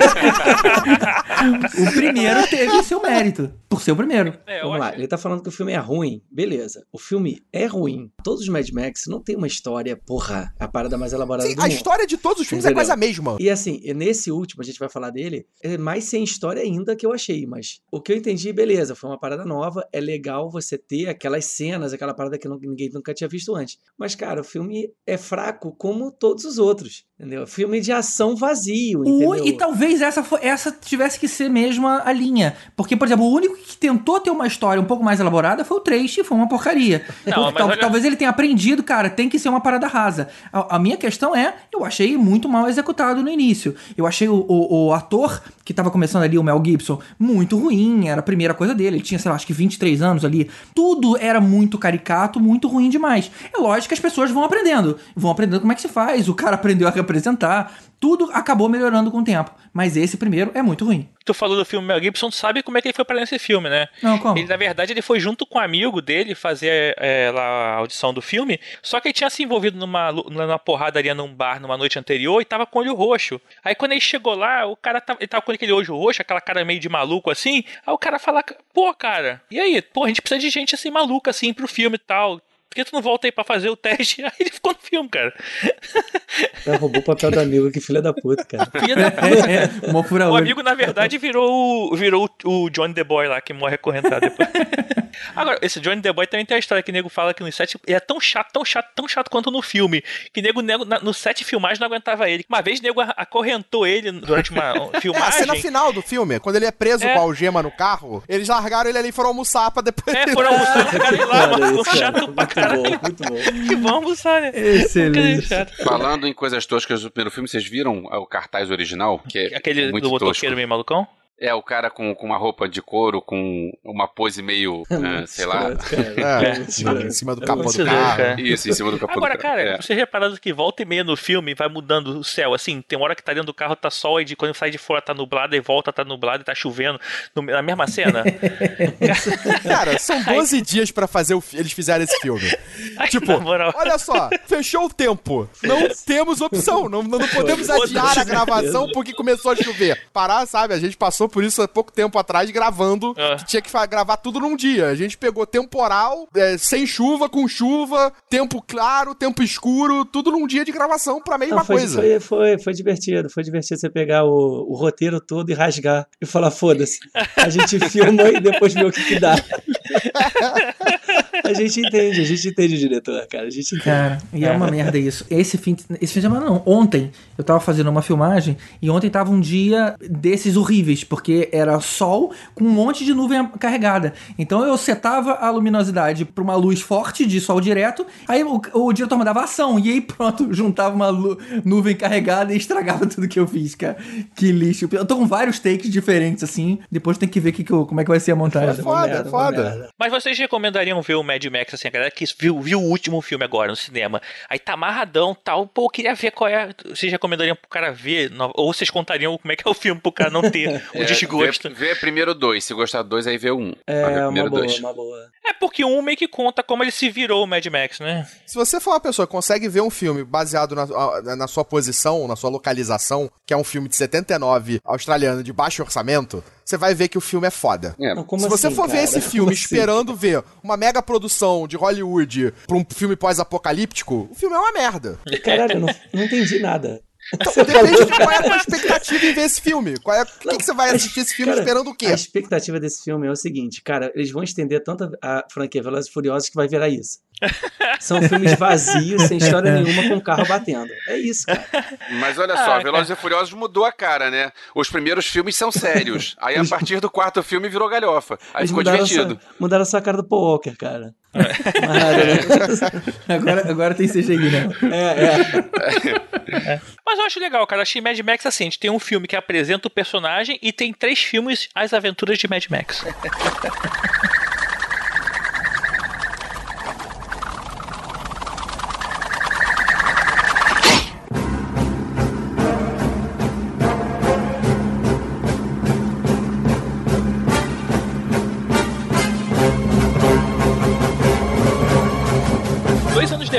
o primeiro teve o seu mérito. Por ser o primeiro. Vamos lá, ele tá falando que o filme é ruim. Beleza, o filme é ruim. Todos os Mad Max não tem uma história, porra, a parada mais elaborada do mundo. A história de todos os filmes é quase a mesma. E assim, nesse último, a gente vai falar dele, é mais sem história ainda que eu achei, mas o que eu entendi, beleza, foi uma parada nova, é legal você ter aquelas cenas, aquela parada que ninguém nunca tinha visto antes. Mas, cara, o filme é fraco como todos os outros, entendeu? Filme de ação vazio, entendeu? E talvez essa tivesse que ser mesmo a linha. Porque, por exemplo, o único que tentou ter uma história um pouco mais elaborada foi o 3, e foi uma porcaria. Não, Talvez ele tenha aprendido, cara, tem que ser uma parada rasa. A minha questão é, eu achei muito mal executado no início. Eu achei o ator que tava começando ali, o Mel Gibson, muito ruim, era a primeira coisa dele, ele tinha, sei lá, acho que 23 anos ali. Tudo era muito caricato, muito ruim demais. É lógico que as pessoas vão aprendendo como é que se faz, o cara aprendeu a representar, tudo acabou melhorando com o tempo. Mas esse primeiro é muito ruim. Tu falou do filme Mel Gibson, tu sabe como é que ele foi parar nesse filme, né? Não, como? Ele, na verdade, ele foi junto com um amigo dele fazer lá a audição do filme, só que ele tinha se envolvido numa porradaria num bar numa noite anterior e tava com o olho roxo. Aí quando ele chegou lá, ele tava com aquele olho roxo, aquela cara meio de maluco assim, aí o cara fala, pô, cara, e aí? Pô, a gente precisa de gente assim maluca assim pro filme e tal. Por que tu não volta aí pra fazer o teste? Aí ele ficou no filme, cara. Roubou o papel do amigo, que filha da puta, cara. Filha da puta. O amigo, na verdade, virou o Johnny The Boy lá, que morre acorrentado depois. Agora, esse Johnny The Boy também tem a história que o nego fala que no set ele é tão chato quanto no filme. Que nego no set filmagem não aguentava ele. Uma vez o nego acorrentou ele durante uma filmagem. A cena final do filme, quando ele é preso com a algema no carro, eles largaram ele ali e foram almoçar pra depois... foram almoçar, largaram ele lá, mano. Chato pra caralho. Muito bom. Que vão almoçar, né? Excelente. Falando em coisas toscas do primeiro filme, vocês viram o cartaz original? Que é aquele muito do motoqueiro tosco. meio malucão? É, o cara com uma roupa de couro, com uma pose meio, sei lá... em cima do capô do carro. Cara. Isso, em cima do capô Agora, do carro. cara, vocês repararam que volta e meia no filme vai mudando o céu, assim, tem uma hora que tá dentro do carro, tá sol, e quando sai de fora tá nublado, e volta, tá nublado e tá chovendo, na mesma cena. Cara, são 12 dias pra fazer eles fizeram esse filme. Tipo, olha só, fechou o tempo, não temos opção, não podemos adiar a gravação porque começou a chover. Parar, sabe, a gente passou por isso há pouco tempo atrás gravando, que tinha que gravar tudo num dia. A gente pegou temporal, sem chuva, com chuva, tempo claro, tempo escuro, tudo num dia de gravação pra mesma coisa. Foi divertido você pegar o roteiro todo e rasgar e falar, foda-se, a gente filma e depois vê o que dá. A gente entende o diretor, cara. A gente entende. Cara, e é uma merda isso. Esse fim de semana não. Ontem eu tava fazendo uma filmagem e ontem tava um dia desses horríveis, porque era sol com um monte de nuvem carregada. Então eu setava a luminosidade pra uma luz forte de sol direto, aí o diretor mandava ação, e aí pronto, juntava uma nuvem carregada e estragava tudo que eu fiz, cara. Que lixo. Eu tô com vários takes diferentes, assim. Depois tem que ver como é que vai ser a montagem. Foda. Mas vocês recomendariam ver o Mad Max, assim, a galera que viu o último filme agora no cinema, aí tá amarradão e tal, pô, eu queria ver qual é, vocês recomendariam pro cara ver, ou vocês contariam como é que é o filme pro cara não ter o desgosto? Vê primeiro 2, se gostar do 2, aí vê o 1. Uma boa. É porque o 1 meio que conta como ele se virou o Mad Max, né? Se você for uma pessoa que consegue ver um filme baseado na sua posição, na sua localização, que é um filme de 79 australiano de baixo orçamento, você vai ver que o filme é foda. Se você for ver esse filme esperando ver uma mega produção de Hollywood pra um filme pós-apocalíptico, o filme é uma merda. Caralho, eu não entendi nada. Então, depende de qual é a tua expectativa em ver esse filme. O que você vai assistir esse filme esperando o quê? A expectativa desse filme é o seguinte, cara, eles vão estender tanto a franquia Velozes e Furiosos que vai virar isso. São filmes vazios, sem história nenhuma, com o carro batendo. É isso, cara. Mas olha só, Velozes e Furiosos mudou a cara, né? Os primeiros filmes são sérios. Aí a partir do quarto filme virou galhofa. Aí ficou divertido. Mudaram só a cara do Paul Walker, cara. Agora tem CGI, né? Mas eu acho legal, cara. Achei Mad Max assim. A gente tem um filme que apresenta o personagem e tem 3 filmes, As Aventuras de Mad Max.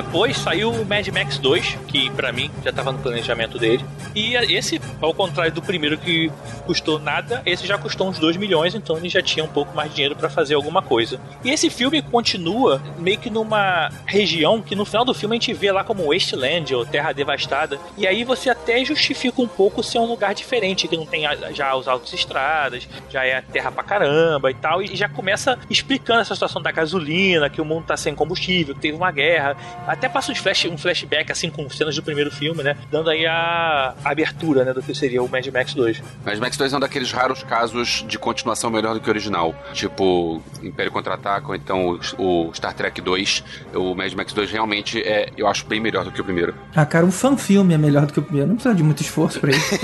depois saiu o Mad Max 2, que pra mim já tava no planejamento dele. E esse, ao contrário do primeiro que custou nada, esse já custou uns 2 milhões, então ele já tinha um pouco mais de dinheiro pra fazer alguma coisa. E esse filme continua meio que numa região que no final do filme a gente vê lá como Wasteland, ou Terra Devastada. E aí você até justifica um pouco ser um lugar diferente, que não tem já as autoestradas, já é terra pra caramba e tal, e já começa explicando essa situação da gasolina, que o mundo tá sem combustível, que teve uma guerra. Até passa um flashback assim com cenas do primeiro filme, né? Dando aí a abertura, né, do que seria o Mad Max 2. Mad Max 2 é um daqueles raros casos de continuação melhor do que o original. Tipo, Império Contra-Ataca, ou então o Star Trek 2. O Mad Max 2 realmente eu acho bem melhor do que o primeiro. Ah, cara, um fan-filme é melhor do que o primeiro. Não precisa de muito esforço pra isso.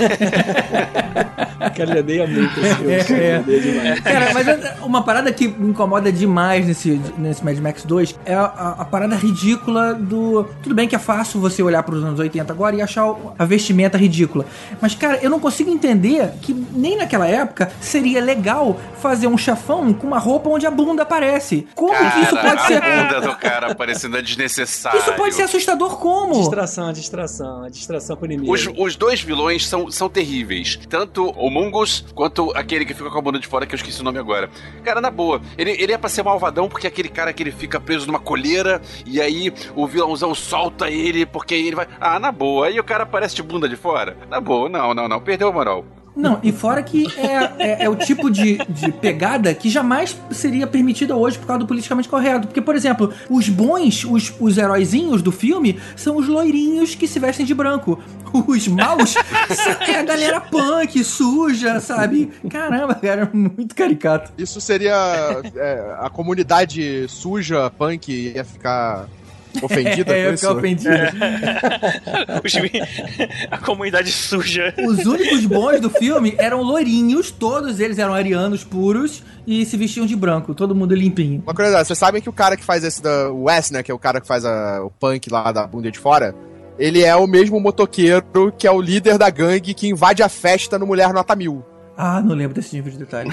Cara, ele odeia muito esse filme. Ele odeia demais. Cara, mas uma parada que me incomoda demais nesse Mad Max 2 é a parada ridícula do... Tudo bem que é fácil você olhar pros anos 80 agora e achar a vestimenta ridícula. Mas, cara, eu não consigo entender que nem naquela época seria legal fazer um chefão com uma roupa onde a bunda aparece. Como que isso pode ser... A bunda do cara parecendo desnecessário. Isso pode ser assustador como? Distração pro inimigo. Os dois vilões são terríveis. Tanto o Mungus quanto aquele que fica com a bunda de fora, que eu esqueci o nome agora. Cara, na boa, ele é pra ser malvadão porque aquele cara que ele fica preso numa colheira e aí o vilãozão solta ele porque aí ele vai... Ah, na boa, aí o cara aparece de bunda de fora. Na boa, não, perdeu a moral. Não, e fora que é o tipo de pegada que jamais seria permitida hoje por causa do politicamente correto. Porque, por exemplo, os bons, os heróizinhos do filme são os loirinhos que se vestem de branco. Os maus é a galera punk, suja, sabe? Caramba, cara, muito caricato. Isso seria... a comunidade suja, punk, ia ficar... ofendida com isso? Ofendida. A comunidade suja. Os únicos bons do filme eram loirinhos, todos eles eram arianos puros e se vestiam de branco, todo mundo limpinho. Uma curiosidade, vocês sabem que o cara que faz o Wes, né, que é o cara que faz o punk lá da bunda de fora, ele é o mesmo motoqueiro que é o líder da gangue que invade a festa no Mulher Nota 1000. Ah, não lembro desse nível de detalhe.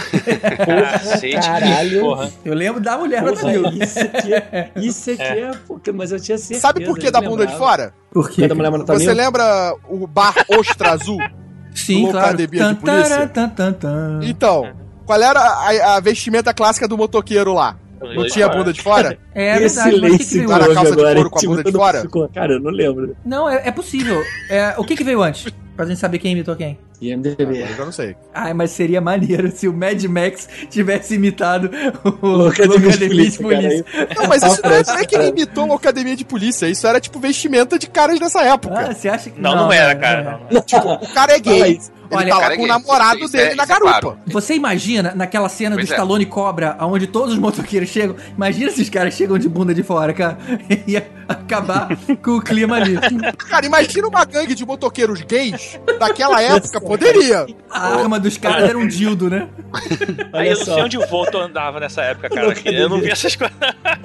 Caralho. Porra. Eu lembro da Mulher Nota 1000. Isso aqui é porque, mas eu tinha certeza. Sabe por que da bunda de fora? Por quê? Da Mulher Nota 1000? Você lembra o bar Ostra Azul? Sim, claro. Academia de polícia? Então, qual era a vestimenta clássica do motoqueiro lá? Não tinha a bunda de fora? É verdade, mas o que veio Tá na antes? calça de couro com a bunda de fora? Cara, eu não lembro. Não, é possível. O que veio antes? Pra gente saber quem imitou quem. IMDb. Eu não sei. Ai, mas seria maneiro se o Mad Max tivesse imitado o Locademia de Academia de Polícia. Não, mas isso não é que ele imitou uma academia de polícia. Isso era tipo vestimenta de caras dessa época. Ah, você acha que... Não era, cara. Não. Tipo, o cara é gay. Ele tá lá com o namorado dele na garupa. Claro. Você imagina naquela cena Pois do Stallone Cobra, onde todos os motoqueiros chegam? Imagina se os caras chegam de bunda de fora, cara. Ia acabar com o clima ali. Cara, imagina uma gangue de motoqueiros gays daquela época. Poderia. A arma dos caras era um dildo, né? Aí eu não sei onde o Volto andava nessa época, cara. Eu não vi essas coisas.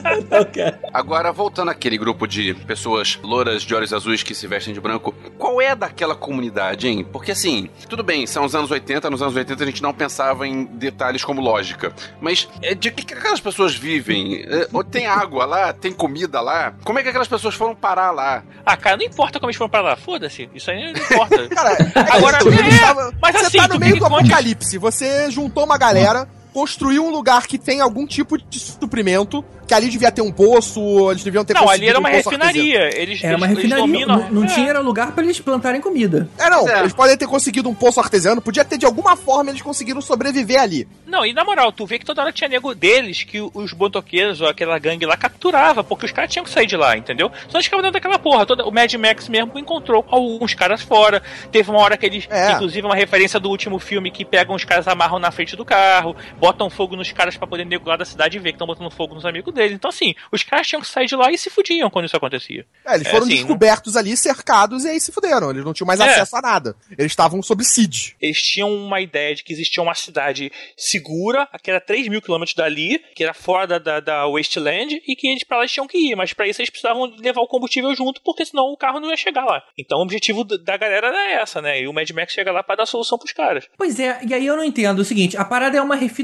Agora, voltando àquele grupo de pessoas louras de olhos azuis que se vestem de branco, qual é daquela comunidade, hein? Porque assim, tudo bem, são os anos 80, nos anos 80 a gente não pensava em detalhes como lógica, mas de que aquelas pessoas vivem? Tem água lá? Tem comida lá? Como é que aquelas pessoas foram parar lá? Ah, cara, não importa como eles foram pra lá, foda-se, isso aí não importa. Cara, Agora, mas mas você assim, tá no meio do apocalipse, você juntou uma galera, construiu um lugar que tem algum tipo de suprimento, que ali devia ter um poço, eles deviam ter Não, ali era uma refinaria. refinaria. Era uma refinaria. Não tinha lugar pra eles plantarem comida. Eles podem ter conseguido um poço artesiano, podia ter de alguma forma eles conseguiram sobreviver ali. Não, e na moral, tu vê que toda hora tinha nego deles que os motoqueiros ou aquela gangue lá capturava, porque os caras tinham que sair de lá, entendeu? Só eles ficavam dentro daquela porra. O Mad Max mesmo encontrou alguns caras fora. Teve uma hora que eles, inclusive uma referência do último filme, que pegam os caras, amarram na frente do carro, botam fogo nos caras pra poder nego lá da cidade e ver que estão botando fogo nos amigos deles. Então assim, os caras tinham que sair de lá e se fudiam quando isso acontecia. Eles foram descobertos ali, cercados, e aí se fuderam. Eles não tinham mais acesso a nada. Eles estavam sob siege. Eles tinham uma ideia de que existia uma cidade segura, que era 3 mil quilômetros dali, que era fora da Wasteland, e que eles pra lá tinham que ir. Mas pra isso eles precisavam levar o combustível junto, porque senão o carro não ia chegar lá. Então o objetivo da galera era essa, né? E o Mad Max chega lá pra dar solução pros caras. Pois é, e aí eu não entendo o seguinte, a parada é uma refinaria.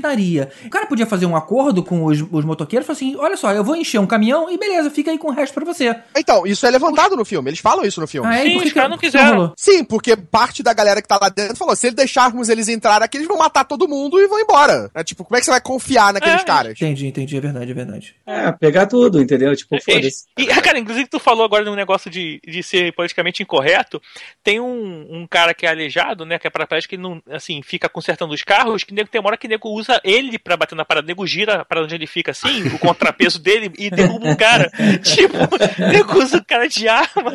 refinaria. O cara podia fazer um acordo com os motoqueiros e falar assim, olha só, eu vou encher um caminhão e beleza, fica aí com o resto pra você. Então, isso é levantado no filme, eles falam isso no filme. Ah, Sim, os caras não quiseram. Sim, porque parte da galera que tá lá dentro falou, se deixarmos eles entrar aqui, eles vão matar todo mundo e vão embora. É, tipo, como é que você vai confiar naqueles caras? Entendi, é verdade. Pegar tudo, entendeu? Tipo, foda-se. E, cara, inclusive tu falou agora num negócio de ser politicamente incorreto, tem um cara que é aleijado, né, que é paraplégico, que não, assim, fica consertando os carros, que nego tem uma hora que nego usa ele pra bater na parada, nego gira para onde ele fica, assim, o contrapeso dele e derruba um cara. Tipo, nego usa o cara de arma.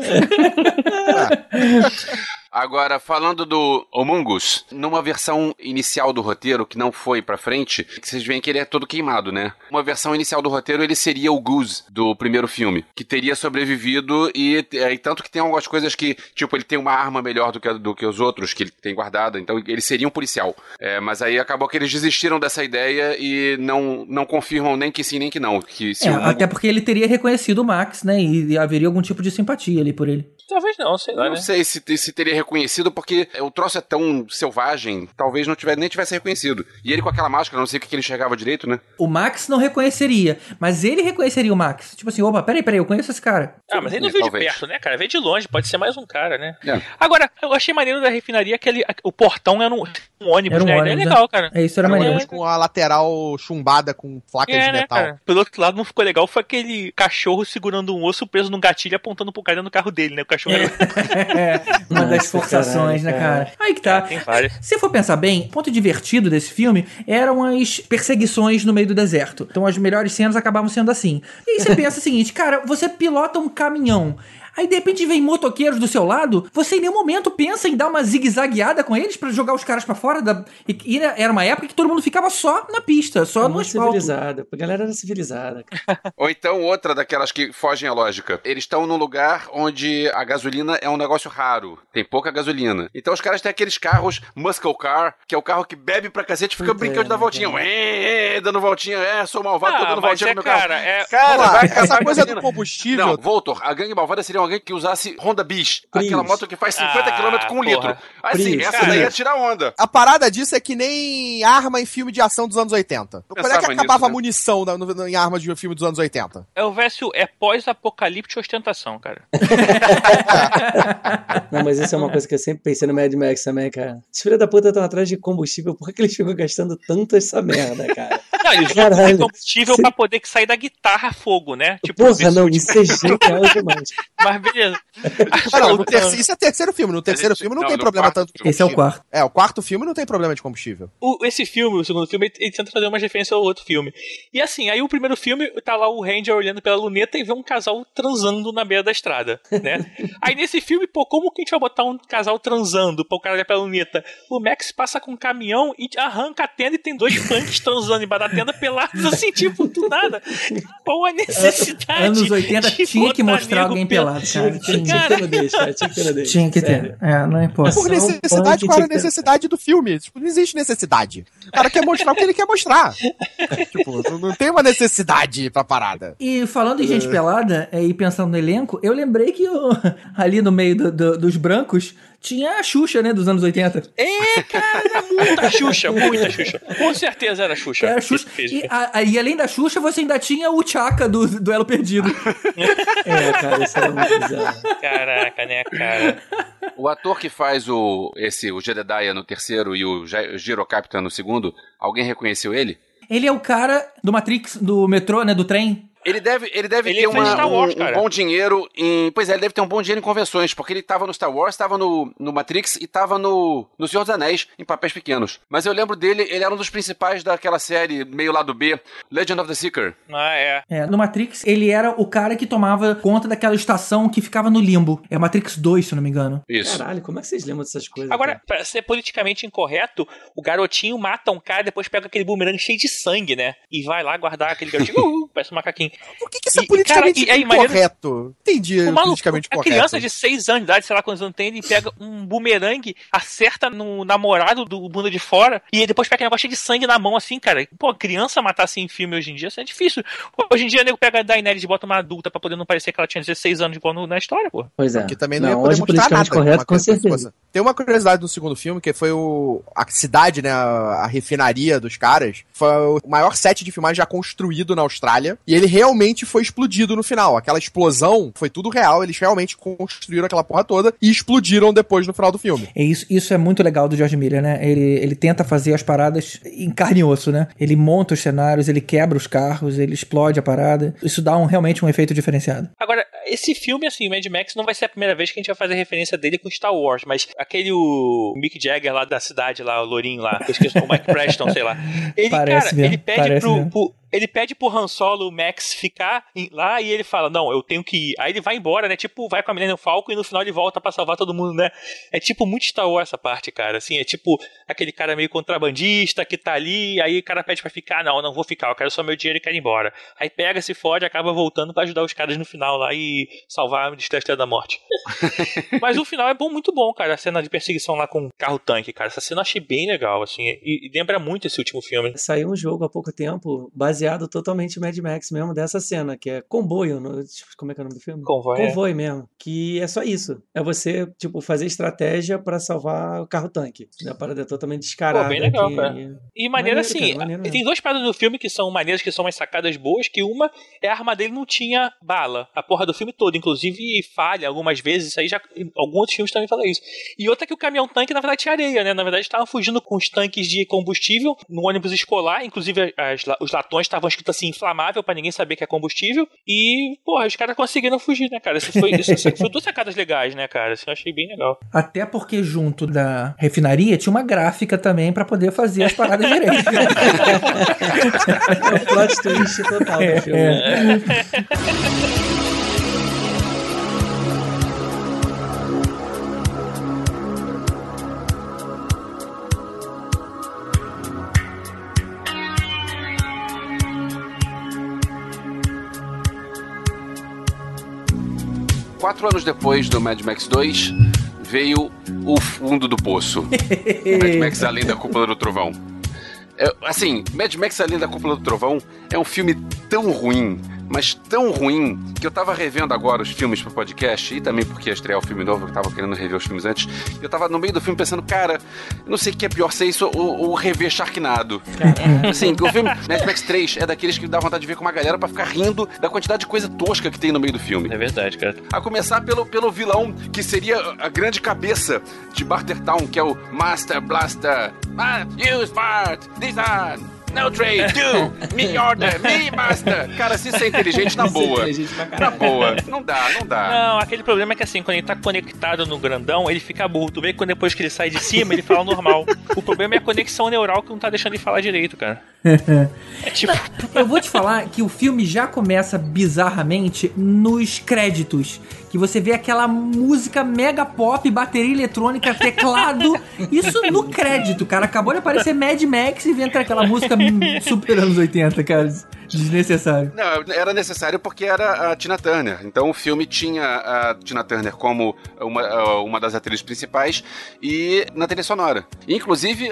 Agora, falando do Among Us, numa versão inicial do roteiro, que não foi pra frente, que vocês veem que ele é todo queimado, né? Uma versão inicial do roteiro, ele seria o Goose do primeiro filme, que teria sobrevivido e tanto que tem algumas coisas que, tipo, ele tem uma arma melhor do que os outros, que ele tem guardada, então ele seria um policial. Mas aí acabou que eles desistiram dessa ideia e não confirmam nem que sim, nem que não. Que se até porque ele teria reconhecido o Max, né? E haveria algum tipo de simpatia ali por ele. Talvez não, sei lá, não sei se teria reconhecido, porque o troço é tão selvagem, talvez nem tivesse reconhecido. E ele com aquela máscara, não sei o que ele enxergava direito, né? O Max não reconheceria, mas ele reconheceria o Max. Tipo assim, opa, peraí, eu conheço esse cara. Mas ele não veio de perto, né, cara? Veio de longe, pode ser mais um cara, né? Agora, eu achei maneiro da refinaria que o portão era um ônibus, né? Ônibus, é legal, cara. Isso era maneiro. Com a lateral chumbada com placas de metal. Cara. Pelo outro lado, não ficou legal, foi aquele cachorro segurando um osso preso num gatilho apontando pro cara no carro dele, né? O cachorro uma das forçações, né, cara? Aí que tá. Tem várias. Se for pensar bem, o ponto divertido desse filme eram as perseguições no meio do deserto. Então as melhores cenas acabavam sendo assim. E aí você pensa o seguinte, cara, você pilota um caminhão. Aí de repente vem motoqueiros do seu lado, você em nenhum momento pensa em dar uma zigue-zagueada com eles pra jogar os caras pra fora e era uma época que todo mundo ficava só na pista, só no asfalto. Civilizada, a galera era civilizada. Ou então outra daquelas que fogem à lógica. Eles estão num lugar onde a gasolina é um negócio raro, tem pouca gasolina. Então os caras têm aqueles carros muscle car, que é o carro que bebe pra cacete e fica brincando de dar voltinha. Dando voltinha, sou malvado, tô dando voltinha no meu carro. Cara, essa coisa do combustível... Não, Voltor, a gangue malvada seria alguém que usasse Honda Bis, aquela moto que faz 50 km com 1 litro. Assim, essa daí ia tirar onda. A parada disso é que nem arma em filme de ação dos anos 80. Quando é que acabava a munição em armas de filme dos anos 80? É pós-apocalipse ostentação, cara. Não, mas isso é uma coisa que eu sempre pensei no Mad Max também, cara. Os filhos da puta estão atrás de combustível, por que eles ficam gastando tanto essa merda, cara? Não, eles usam combustível pra poder sair da guitarra fogo, né? Tipo, porra, não, isso é genial demais. Mas beleza. Isso é terceiro filme. No terceiro filme não tem problema tanto de combustível. Esse é o quarto. O quarto filme não tem problema de combustível. Esse filme, o segundo filme, ele tenta fazer uma referência ao outro filme. E assim, aí o primeiro filme, tá lá o Ranger olhando pela luneta e vê um casal transando na beira da estrada, né? Aí nesse filme, como que a gente vai botar um casal transando pra o cara olhar pela luneta? O Max passa com um caminhão e arranca a tenda e tem 2 punks transando embaixo da tenda pelados, assim, tipo, do nada. Qual a necessidade? Anos 80 tinha que mostrar alguém pelado, cara. Tinha que ter. Não importa. Por necessidade, qual era a necessidade do filme? Tipo, não existe necessidade. O cara quer mostrar o que ele quer mostrar. Tipo, não tem uma necessidade pra parada. E falando em gente pelada, e pensando no elenco, eu lembrei que ali no meio dos brancos tinha a Xuxa, né, dos anos 80. Cara, muita Xuxa. Com certeza era Xuxa. Era Xuxa. E além da Xuxa, você ainda tinha o Chaka do Elo Perdido. Cara, isso era muito bizarro. Caraca, né, cara? O ator que faz o Jedediah no terceiro e o Gyrocaptor no segundo, alguém reconheceu ele? Ele é o cara do Matrix, do metrô, né, do trem. Ele deve ter um bom dinheiro em... Pois é, ele deve ter um bom dinheiro em convenções, porque ele tava no Star Wars, tava no Matrix e tava no Senhor dos Anéis, em papéis pequenos. Mas eu lembro dele, ele era um dos principais daquela série, meio lado B, Legend of the Seeker. No Matrix, ele era o cara que tomava conta daquela estação que ficava no limbo. É Matrix 2, se eu não me engano. Isso. Caralho, como é que vocês lembram dessas coisas? Agora, pra ser politicamente incorreto, o garotinho mata um cara e depois pega aquele bumerangue cheio de sangue, né? E vai lá guardar aquele garotinho. parece um macaquinho. Por que isso é politicamente incorreto? Entendi, politicamente a correto. criança de 6 anos de idade, sei lá quantos anos tem, ele pega um bumerangue, acerta no namorado do bunda de fora, e depois pega um negócio cheio de sangue na mão, assim, cara. Pô, criança matar assim em filme hoje em dia, isso é difícil. Pô, hoje em dia, o nego pega a Daenerys e bota uma adulta pra poder não parecer que ela tinha 16 anos igual na história, pô. Pois é. Que também não ia poder mostrar nada. Correto, com certeza. Tem uma curiosidade do segundo filme, que foi a cidade, né, a refinaria dos caras, foi o maior set de filmagem já construído na Austrália, e ele realmente foi explodido no final. Aquela explosão foi tudo real, eles realmente construíram aquela porra toda e explodiram depois no final do filme. Isso é muito legal do George Miller, né? Ele tenta fazer as paradas em carne e osso, né? Ele monta os cenários, ele quebra os carros, ele explode a parada. Isso dá realmente um efeito diferenciado. Agora, esse filme, assim, Mad Max, não vai ser a primeira vez que a gente vai fazer referência dele com Star Wars, mas aquele o Mick Jagger lá da cidade, lá, o Lourinho lá, eu esqueci, o Mike Preston, sei lá. Ele, parece cara, mesmo, ele pede ele pede pro Han Solo, o Max, ficar lá e ele fala, não, eu tenho que ir. Aí ele vai embora, né? Tipo, vai com a Millennium Falcon e no final ele volta pra salvar todo mundo, né? É tipo muito Star Wars essa parte, cara. Assim, é tipo aquele cara meio contrabandista que tá ali, aí o cara pede pra ficar. Não vou ficar, eu quero só meu dinheiro e quero ir embora. Aí pega, se fode, acaba voltando pra ajudar os caras no final lá e salvar a Estrela da Morte. Mas o final é muito bom, cara. A cena de perseguição lá com o carro-tanque, cara. Essa cena eu achei bem legal, assim. E lembra muito esse último filme. Saiu um jogo há pouco tempo, baseado totalmente em Mad Max mesmo, dessa cena, que é Comboio, como é que é o nome do filme? Convoy mesmo, que é só isso. É você, tipo, fazer estratégia pra salvar o carro-tanque. A parada é totalmente descarada. Pô, bem legal, aqui, cara. E maneiro assim, tem duas paradas no filme que são maneiras, que são umas sacadas boas, que uma é a arma dele não tinha bala, a porra do filme todo, inclusive falha algumas vezes, isso aí já, alguns outros filmes também falam isso. E outra que o caminhão-tanque, na verdade, tinha areia, né? Na verdade, estavam fugindo com os tanques de combustível no ônibus escolar, inclusive os latões estavam escritos assim, inflamável, pra ninguém saber que é combustível, e, porra, os caras conseguiram fugir, né, cara? Isso foi duas sacadas legais, né, cara? Isso eu achei bem legal. Até porque junto da refinaria tinha uma gráfica também pra poder fazer as paradas direito. É o plot twist total do filme. Quatro anos depois do Mad Max 2, veio o fundo do poço. Mad Max Além da Cúpula do Trovão. Assim, Mad Max Além da Cúpula do Trovão é um filme tão ruim, mas tão ruim, que eu tava revendo agora os filmes pro podcast, e também porque ia estrear o filme novo, eu tava querendo rever os filmes antes, e eu tava no meio do filme pensando, cara, eu não sei o que é pior, ser isso ou rever Sharknado. Assim, o filme Mad Max 3 é daqueles que dá vontade de ver com uma galera pra ficar rindo da quantidade de coisa tosca que tem no meio do filme. É verdade, cara. A começar pelo vilão, que seria a grande cabeça de Bartertown, que é o Master Blaster. You smart, design. No trade, do, me order, me master. Cara, se isso é inteligente, na boa. Na boa. Não dá. Não, aquele problema é que assim, quando ele tá conectado no grandão, ele fica burro. Tu vê que quando depois que ele sai de cima, ele fala normal. O problema é a conexão neural que não tá deixando ele falar direito, cara. É tipo... Eu vou te falar que o filme já começa bizarramente nos créditos. Que você vê aquela música mega pop, bateria eletrônica, teclado. Isso no crédito, cara. Acabou de aparecer Mad Max e vem aquela música super anos 80, cara. Desnecessário. Não, era necessário porque era a Tina Turner. Então o filme tinha a Tina Turner como uma das atrizes principais e na trilha sonora. Inclusive,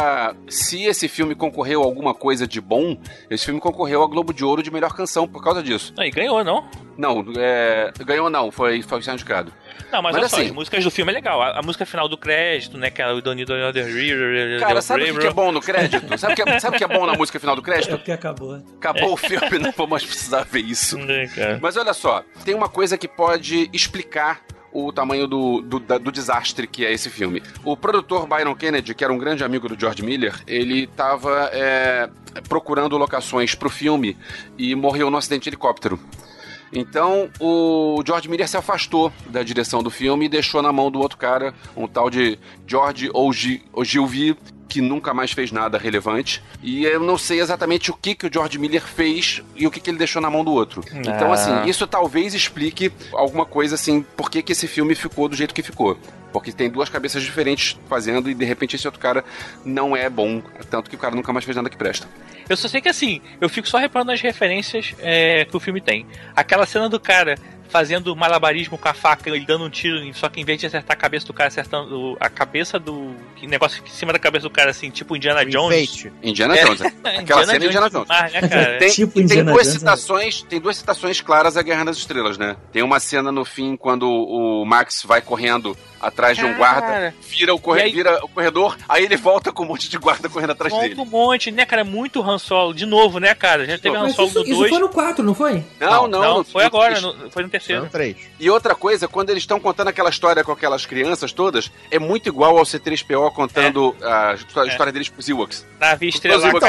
se esse filme concorreu a alguma coisa de bom, esse filme concorreu ao Globo de Ouro de melhor canção por causa disso. E ganhou, não? Não, ganhou não, foi indicado. Não, mas olha só, as músicas do filme é legal. A música final do crédito, né? Que é o Don't Need Another Hero. Cara, sabe o que é bom no crédito? Sabe o que é bom na música final do crédito? É porque acabou. Acabou o filme, não vou mais precisar ver isso. Cara. Mas olha só, tem uma coisa que pode explicar o tamanho do desastre que é esse filme. O produtor Byron Kennedy, que era um grande amigo do George Miller, ele estava procurando locações pro filme e morreu num acidente de helicóptero. Então, o George Miller se afastou da direção do filme e deixou na mão do outro cara, um tal de George Ogilvy, que nunca mais fez nada relevante. E eu não sei exatamente o que o George Miller fez e o que ele deixou na mão do outro. Então, assim, isso talvez explique alguma coisa, assim, por que esse filme ficou do jeito que ficou. Porque tem duas cabeças diferentes fazendo e, de repente, esse outro cara não é bom, tanto que o cara nunca mais fez nada que presta. Eu só sei que assim, eu fico só reparando nas referências que o filme tem. Aquela cena do cara fazendo malabarismo com a faca, ele dando um tiro, só que em vez de acertar a cabeça do cara, acertando a cabeça do... Que negócio em cima da cabeça do cara, assim, tipo Indiana Jones. Indiana Jones. Aquela cena é Indiana Jones. Né, cara? Tem duas citações claras à Guerra nas Estrelas, né? Tem uma cena no fim, quando o Max vai correndo atrás de um guarda, vira o corredor, aí ele volta com um monte de guarda correndo atrás dele. Um monte, né, cara? Muito Han Solo. De novo, né, cara? Já teve Han Solo no 2. Isso foi no 4, não foi? Não, foi agora. Foi no terceiro. 3. E outra coisa, quando eles estão contando aquela história com aquelas crianças todas, é muito igual ao C-3PO contando a história deles pros Ewoks. Nave Estrela. Então,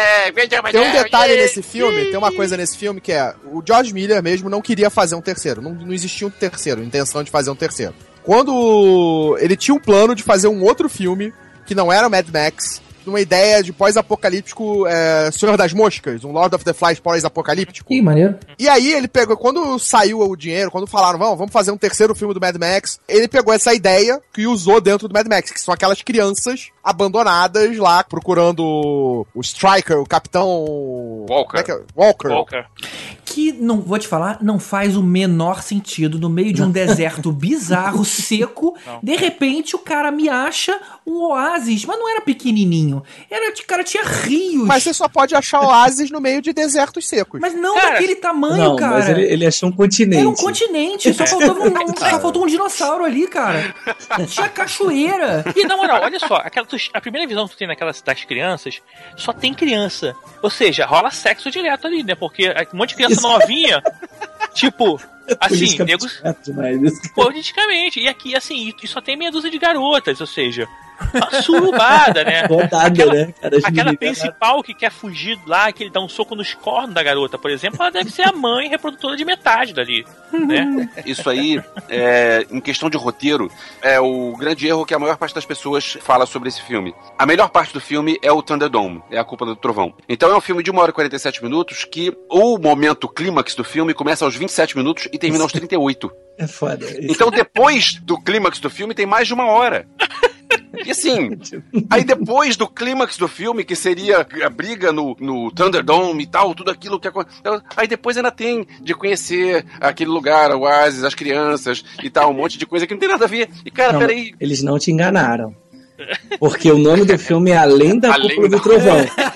tem um detalhe nesse filme, tem uma coisa nesse filme que é, o George Miller mesmo não queria fazer um terceiro, não existia um terceiro, intenção de fazer um terceiro. Quando ele tinha um plano de fazer um outro filme, que não era o Mad Max, numa ideia de pós-apocalíptico Senhor das Moscas, um Lord of the Flies pós-apocalíptico. Ih, maneiro. E aí ele pegou, quando saiu o dinheiro, quando falaram, vamos fazer um terceiro filme do Mad Max, ele pegou essa ideia e usou dentro do Mad Max, que são aquelas crianças abandonadas lá, procurando o Striker, o Capitão... Walker. Que, não vou te falar, não faz o menor sentido no meio de um deserto bizarro, seco. Não. De repente o cara me acha um oásis, mas não era pequenininho. Cara, tinha rios. Mas você só pode achar oásis no meio de desertos secos. Mas não daquele tamanho, cara. Mas ele achou um continente. Era um continente, só faltou um dinossauro ali, cara. Tinha cachoeira. E na moral, olha só, a primeira visão que tu tem das crianças, só tem criança. Ou seja, rola sexo direto ali, né? Porque um monte de criança novinha, tipo, assim, negros. Politicamente. E aqui, assim, e só tem meia dúzia de garotas, ou seja, uma surubada, né? Aquela principal que quer fugir lá, que ele dá um soco nos cornos da garota, por exemplo, ela deve ser a mãe reprodutora de metade dali, né? Isso aí, em questão de roteiro, é o grande erro que a maior parte das pessoas fala sobre esse filme. A melhor parte do filme é o Thunderdome, é a culpa do trovão. Então é um filme de 1 hora e 47 minutos que o momento clímax do filme começa aos 27 minutos e termina aos 38. É foda. Então depois do clímax do filme tem mais de 1 hora. E assim, aí depois do clímax do filme, que seria a briga no Thunderdome e tal, tudo aquilo que aconteceu, aí depois ainda tem de conhecer aquele lugar, o oásis, as crianças e tal, um monte de coisa que não tem nada a ver. E cara, peraí. Eles não te enganaram. Porque o nome do filme é Além da Cúpula do Trovão.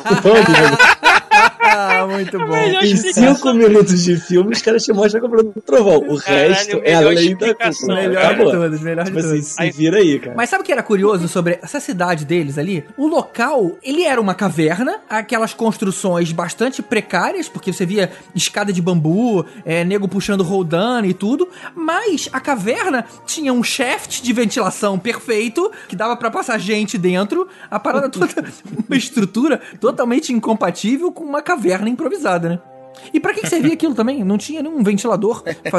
Muito bom. Em 5 minutos de filme, os caras te mostram a Cúpula do Trovão. O resto é Além da Cúpula. Melhor de todos, melhor de todos. Se vira aí, cara. Mas sabe o que era curioso sobre essa cidade deles ali? O local, ele era uma caverna, aquelas construções bastante precárias, porque você via escada de bambu, nego puxando roldana e tudo, mas a caverna tinha um shaft de ventilação perfeito, que dava pra passar gente dentro, a parada toda, uma estrutura totalmente incompatível com uma caverna improvisada, né? E pra que servia aquilo também? Não tinha nenhum ventilador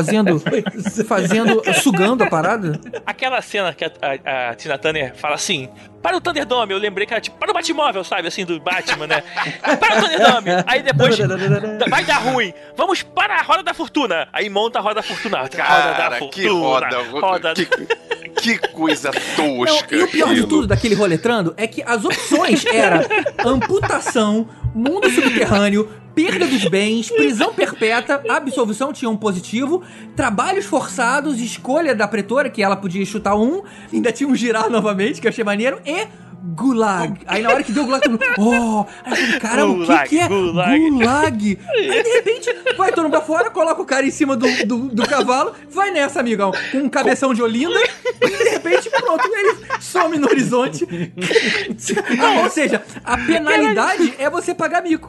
sugando a parada? Aquela cena que a Tina Turner fala assim, para o Thunderdome, eu lembrei que era tipo, para o Batmóvel, sabe, assim, do Batman, né? Para o Thunderdome, aí depois vai dar ruim, vamos para a Roda da Fortuna, aí monta a Roda da Fortuna. Cara, que roda. Que coisa tosca. Não, e o pior de tudo daquele roletrando é que as opções eram amputação, mundo subterrâneo, perda dos bens, prisão perpétua, absolvição tinha um positivo, trabalhos forçados, escolha da pretora, que ela podia chutar um, ainda tinha um girar novamente, que eu achei maneiro, e Gulag. Aí na hora que deu o Gulag, todo mundo, aí eu falei, caramba, o que é Gulag? Aí de repente, vai todo mundo pra fora, coloca o cara em cima do cavalo, vai nessa, amigão, com um cabeção de Olinda, e de repente, pronto, ele some no horizonte. Ou seja, a penalidade é você pagar mico.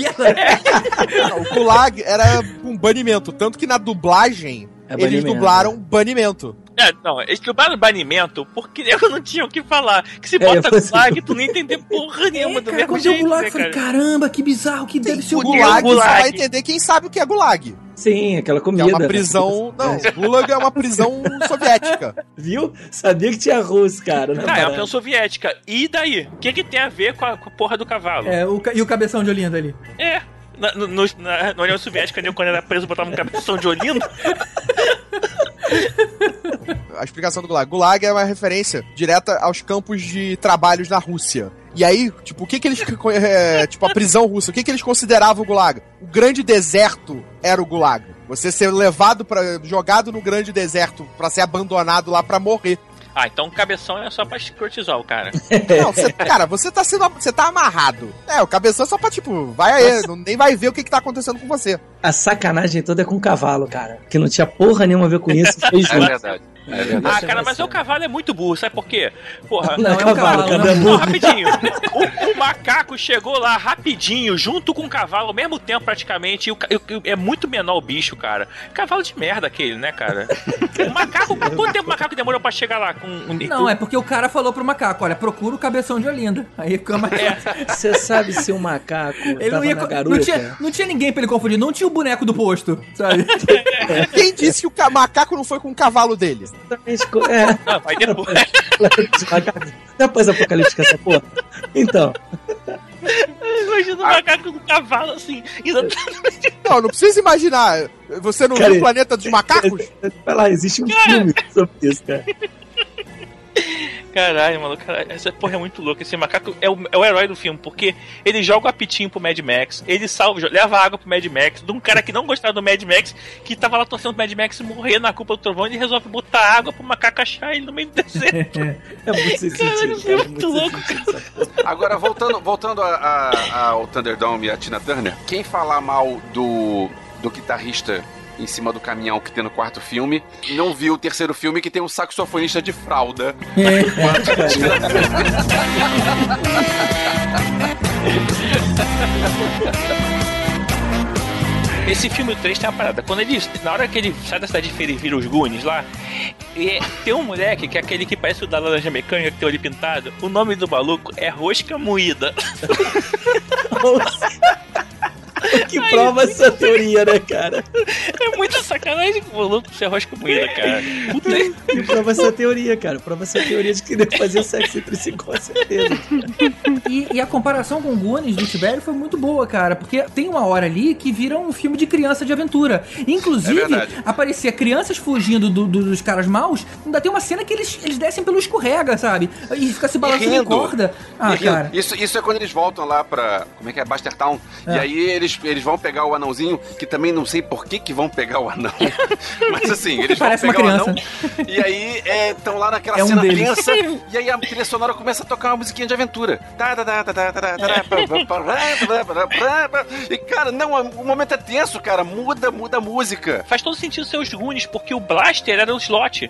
O Gulag era um banimento, tanto que na dublagem eles dublaram banimento. Não, eles dublaram banimento porque eu não tinha o que falar. Que se bota Gulag, tu nem entender porra nenhuma do mesmo jeito. Quando o Gulag, eu falei, caramba, que bizarro, que deve ser o Gulag. Você vai entender quem sabe o que é Gulag. Sim, aquela comida. É uma prisão... Não, Gulag é uma prisão soviética. Viu? Sabia que tinha russo, cara. É uma prisão soviética. E daí? O que tem a ver com a porra do cavalo? E o cabeção de Olinda ali? Na União Soviética, quando era preso, botava um cabeção de Olinda. a explicação do Gulag. Gulag é uma referência direta aos campos de trabalhos na Rússia. E aí, tipo, o que eles... tipo, a prisão russa, o que eles consideravam o Gulag? O grande deserto era o Gulag. Você ser jogado no grande deserto pra ser abandonado lá pra morrer. Ah, então o cabeção é só pra cortisol, cara. Não, você tá amarrado. O cabeção é só pra, tipo, vai aí, nem vai ver o que tá acontecendo com você. A sacanagem toda é com o cavalo, cara. Que não tinha porra nenhuma a ver com isso. Fez É verdade. É verdade. Ah, cara, mas o cavalo é muito burro, sabe por quê? Porra, Não, é o cavalo, não, rapidinho. O macaco chegou lá rapidinho, junto com o cavalo, ao mesmo tempo praticamente, e é muito menor o bicho, cara. Cavalo de merda aquele, né, cara? O macaco, quanto tempo o macaco demorou pra chegar lá com Não, é porque o cara falou pro macaco, olha, procura o cabeção de Olinda. Aí fica mais... Você sabe se o macaco Ele tava não, ia, na garupa? não tinha ninguém pra ele confundir, não tinha o boneco do posto, sabe? Quem disse que o macaco não foi com o cavalo dele? Não, vai depois. Depois apocalíptica essa porra. Então. Imagina o macaco do cavalo assim. Não precisa imaginar. Você não viu o Planeta dos Macacos? Vai lá, existe um filme sobre isso, cara. Caralho, maluco, essa porra é muito louca. Esse macaco é o herói do filme, porque ele joga o apitinho pro Mad Max, ele leva água pro Mad Max, de um cara que não gostava do Mad Max, que tava lá torcendo pro Mad Max morrer na culpa do trovão, ele resolve botar água pro macaco achar ele no meio do deserto. É muito sem sentido. É muito louco. Agora, voltando ao Thunderdome e a Tina Turner, quem falar mal do guitarrista em cima do caminhão que tem no quarto filme, não viu o terceiro filme que tem um saxofonista de fralda. Esse filme 3 tem uma parada. Na hora que ele sai da cidade de feira e vira os Goonies lá, tem um moleque que é aquele que parece o da Laranja Mecânica, que tem o olho pintado. O nome do maluco é Rosca Moída. Que prova essa teoria, né, cara? É muita sacanagem com o maluco ser rosca moída, cara. Que prova essa teoria, cara. Prova essa teoria de que deve fazer sexo entre si, com certeza. E a comparação com o Goonies do Tibério foi muito boa, cara, porque tem uma hora ali que vira um filme de criança de aventura. Inclusive, aparecia crianças fugindo dos caras maus, ainda tem uma cena que eles descem pelo escorrega, sabe? E fica se balançando em corda. Ah, cara. Isso é quando eles voltam lá pra... Como é que é? Bustertown. E aí eles vão pegar o anãozinho, que também não sei por que vão pegar o anão. Mas assim, eles vão pegar o anão. E aí estão lá naquela cena tensa. E aí a trilha sonora começa a tocar uma musiquinha de aventura. E cara, não, o momento é tenso, cara. Muda a música. Faz todo sentido ser os Goonies, porque o Blaster era o Slot.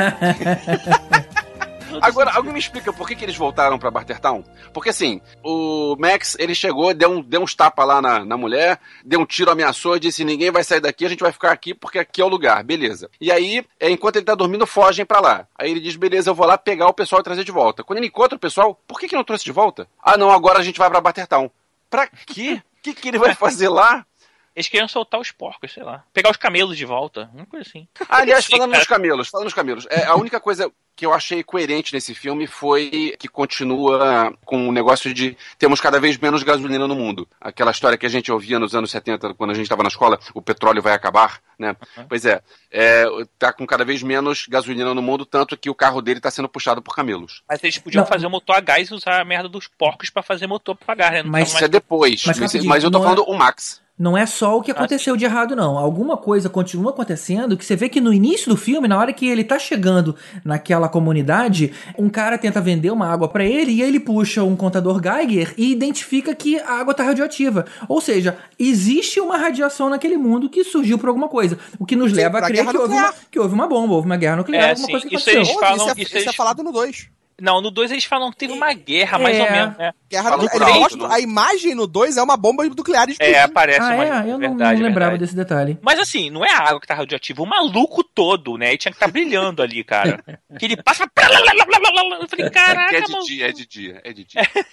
Agora, alguém me explica por que eles voltaram pra Bartertown? Porque assim, o Max, ele chegou, deu uns tapas lá na mulher, deu um tiro, ameaçou, disse, ninguém vai sair daqui, a gente vai ficar aqui porque aqui é o lugar, beleza. E aí, enquanto ele tá dormindo, fogem pra lá. Aí ele diz, beleza, eu vou lá pegar o pessoal e trazer de volta. Quando ele encontra o pessoal, por que não trouxe de volta? Ah não, agora a gente vai pra Bartertown. Pra quê? O que ele vai fazer lá? Eles queriam soltar os porcos, sei lá. Pegar os camelos de volta, uma coisa assim. Aliás, falando nos camelos, a única coisa que eu achei coerente nesse filme foi que continua com o negócio de termos cada vez menos gasolina no mundo. Aquela história que a gente ouvia nos anos 70, quando a gente estava na escola, o petróleo vai acabar, né? Pois tá com cada vez menos gasolina no mundo, tanto que o carro dele tá sendo puxado por camelos. Mas eles podiam fazer o motor a gás e usar a merda dos porcos pra fazer motor pra gás, né? Mas isso é depois. Mas eu tô falando o Max. Não é só o que aconteceu de errado, não. Alguma coisa continua acontecendo que você vê que no início do filme, na hora que ele tá chegando naquela comunidade, um cara tenta vender uma água pra ele e aí ele puxa um contador Geiger e identifica que a água tá radioativa. Ou seja, existe uma radiação naquele mundo que surgiu por alguma coisa. O que nos leva a crer que houve uma bomba, houve uma guerra nuclear, alguma coisa que aconteceu. Isso é falado no 2. Não, no 2 eles falam que teve uma guerra, mais ou menos, né? A imagem no 2 é uma bomba nuclear de aparece uma eu não lembrava desse detalhe. Mas assim, não é a água que tá radioativa, o maluco todo, né? Ele tinha que estar brilhando ali, cara. Que ele passa... Eu falei, caraca, é de dia.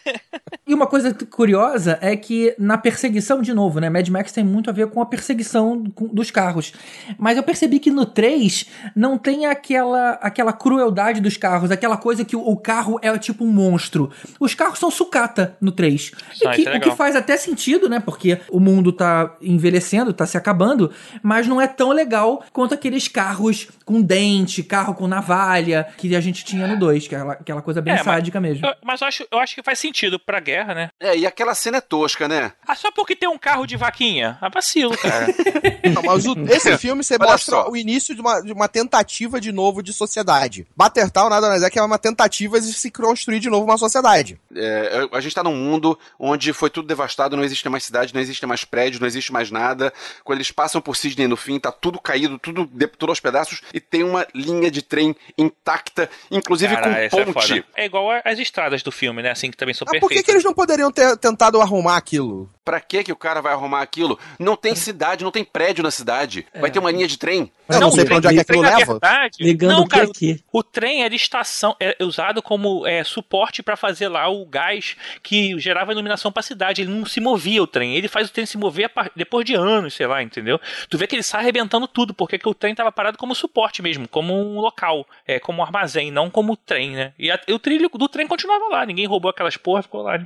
E uma coisa curiosa é que na perseguição, de novo, né? Mad Max tem muito a ver com a perseguição dos carros. Mas eu percebi que no 3 não tem aquela crueldade dos carros, aquela coisa que o carro é tipo um monstro. Os carros são sucata no 3. O que faz até sentido, né? Porque o mundo tá envelhecendo, tá se acabando, mas não é tão legal quanto aqueles carros com dente, carro com navalha, que a gente tinha no 2, que é aquela coisa bem sádica mesmo. Mas eu acho que faz sentido pra guerra, né? E aquela cena é tosca, né? Só porque tem um carro de vaquinha? Vacilo, cara. Não, mas esse filme você mostra o início de uma tentativa de novo de sociedade. Battletown nada mais é que é uma tentativa de se construir de novo uma sociedade. A gente tá num mundo onde foi tudo devastado, não existe mais cidade, não existe mais prédio, não existe mais nada. Quando eles passam por Sydney no fim, tá tudo caído, tudo aos pedaços, e tem uma linha de trem intacta, inclusive com ponte. É igual as estradas do filme, né? Assim, que também são Por perfeitas. que eles não poderiam ter tentado arrumar aquilo? Pra que o cara vai arrumar aquilo? Não tem cidade, não tem prédio na cidade. Vai ter uma linha de trem. Eu não sei pra onde é que aquilo leva. Ligando cara, aqui. O trem era estação, é usado como suporte pra fazer lá o gás que gerava iluminação pra cidade. Ele não se movia, o trem. Ele faz o trem se mover depois de anos, sei lá, entendeu? Tu vê que ele sai arrebentando tudo, porque que o trem tava parado como suporte mesmo, como um local, como um armazém, não como trem, né? E o trilho do trem continuava lá, ninguém roubou aquelas porra, ficou lá. Né?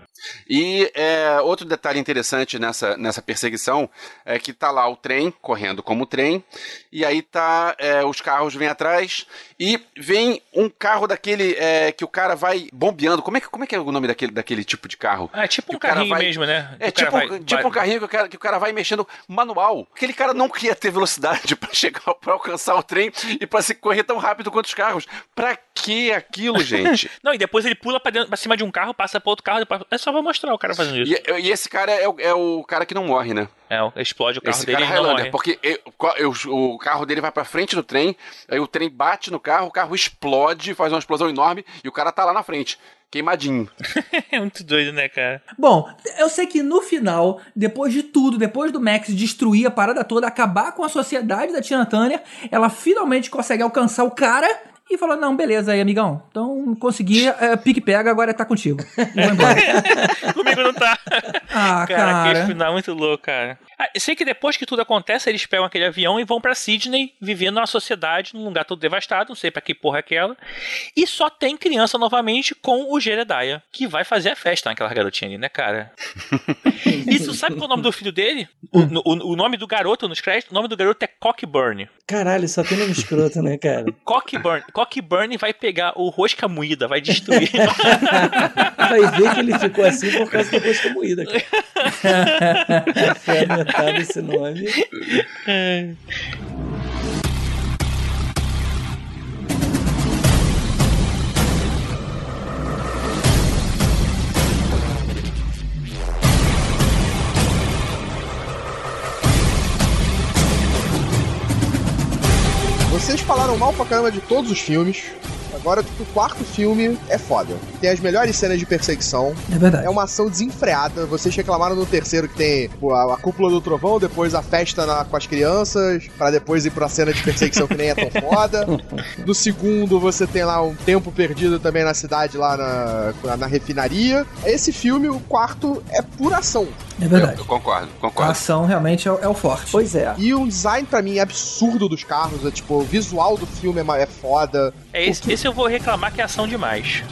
E outro detalhe interessante nessa perseguição é que tá lá o trem, correndo como trem, e aí tá, os carros vêm atrás, e vem um carro daquele que o cara vai bombeando. Como é que é o nome daquele tipo de carro? É tipo um carrinho mesmo, né? Um carrinho que o cara vai mexendo manual. Aquele cara não queria ter velocidade pra alcançar o trem e pra se correr tão rápido quanto os carros. Pra que aquilo, gente? Não, e depois ele pula pra cima de um carro, passa pra outro carro, depois... É só pra mostrar o cara fazendo isso. E esse cara é o cara que não morre, né? Explode o carro esse dele cara e não Highlander, morre. porque o carro dele vai pra frente do trem, aí o trem bate no carro, o carro explode, faz uma explosão enorme e o cara tá lá na frente. Queimadinho. É muito doido, né, cara? Bom, eu sei que no final, depois de tudo, depois do Max destruir a parada toda, acabar com a sociedade da Tina Turner, ela finalmente consegue alcançar o cara e fala, não, beleza aí, amigão. Então, consegui, pique-pega, agora tá contigo. E vou embora. Comigo não tá. Cara. Que final muito louco, cara. Eu sei que depois que tudo acontece, eles pegam aquele avião e vão pra Sydney, vivendo numa sociedade, num lugar todo devastado, não sei pra que porra é aquela. E só tem criança novamente com o Jedediah, que vai fazer a festa naquela garotinha ali, né, cara? E tu sabe qual é o nome do filho dele? O nome do garoto nos créditos, o nome do garoto é Cockburn. Caralho, só tem nome escroto, né, cara? Cockburn vai pegar o Rosca Moída, vai destruir. Vai ver que ele ficou assim por causa do Rosca Moída, cara. Foi a metade desse nome. Vocês falaram mal pra caramba de todos os filmes. Agora, o quarto filme é foda. Tem as melhores cenas de perseguição. É verdade. É uma ação desenfreada. Vocês reclamaram no terceiro que tem a cúpula do trovão, depois a festa com as crianças, pra depois ir pra cena de perseguição que nem é tão foda. No segundo, você tem lá um tempo perdido também na cidade, lá na refinaria. Esse filme, o quarto, é pura ação. É verdade. Eu concordo. A ação realmente é o forte. Pois é. E o design, pra mim, é absurdo dos carros. O visual do filme é foda. Esse eu vou reclamar que é ação demais.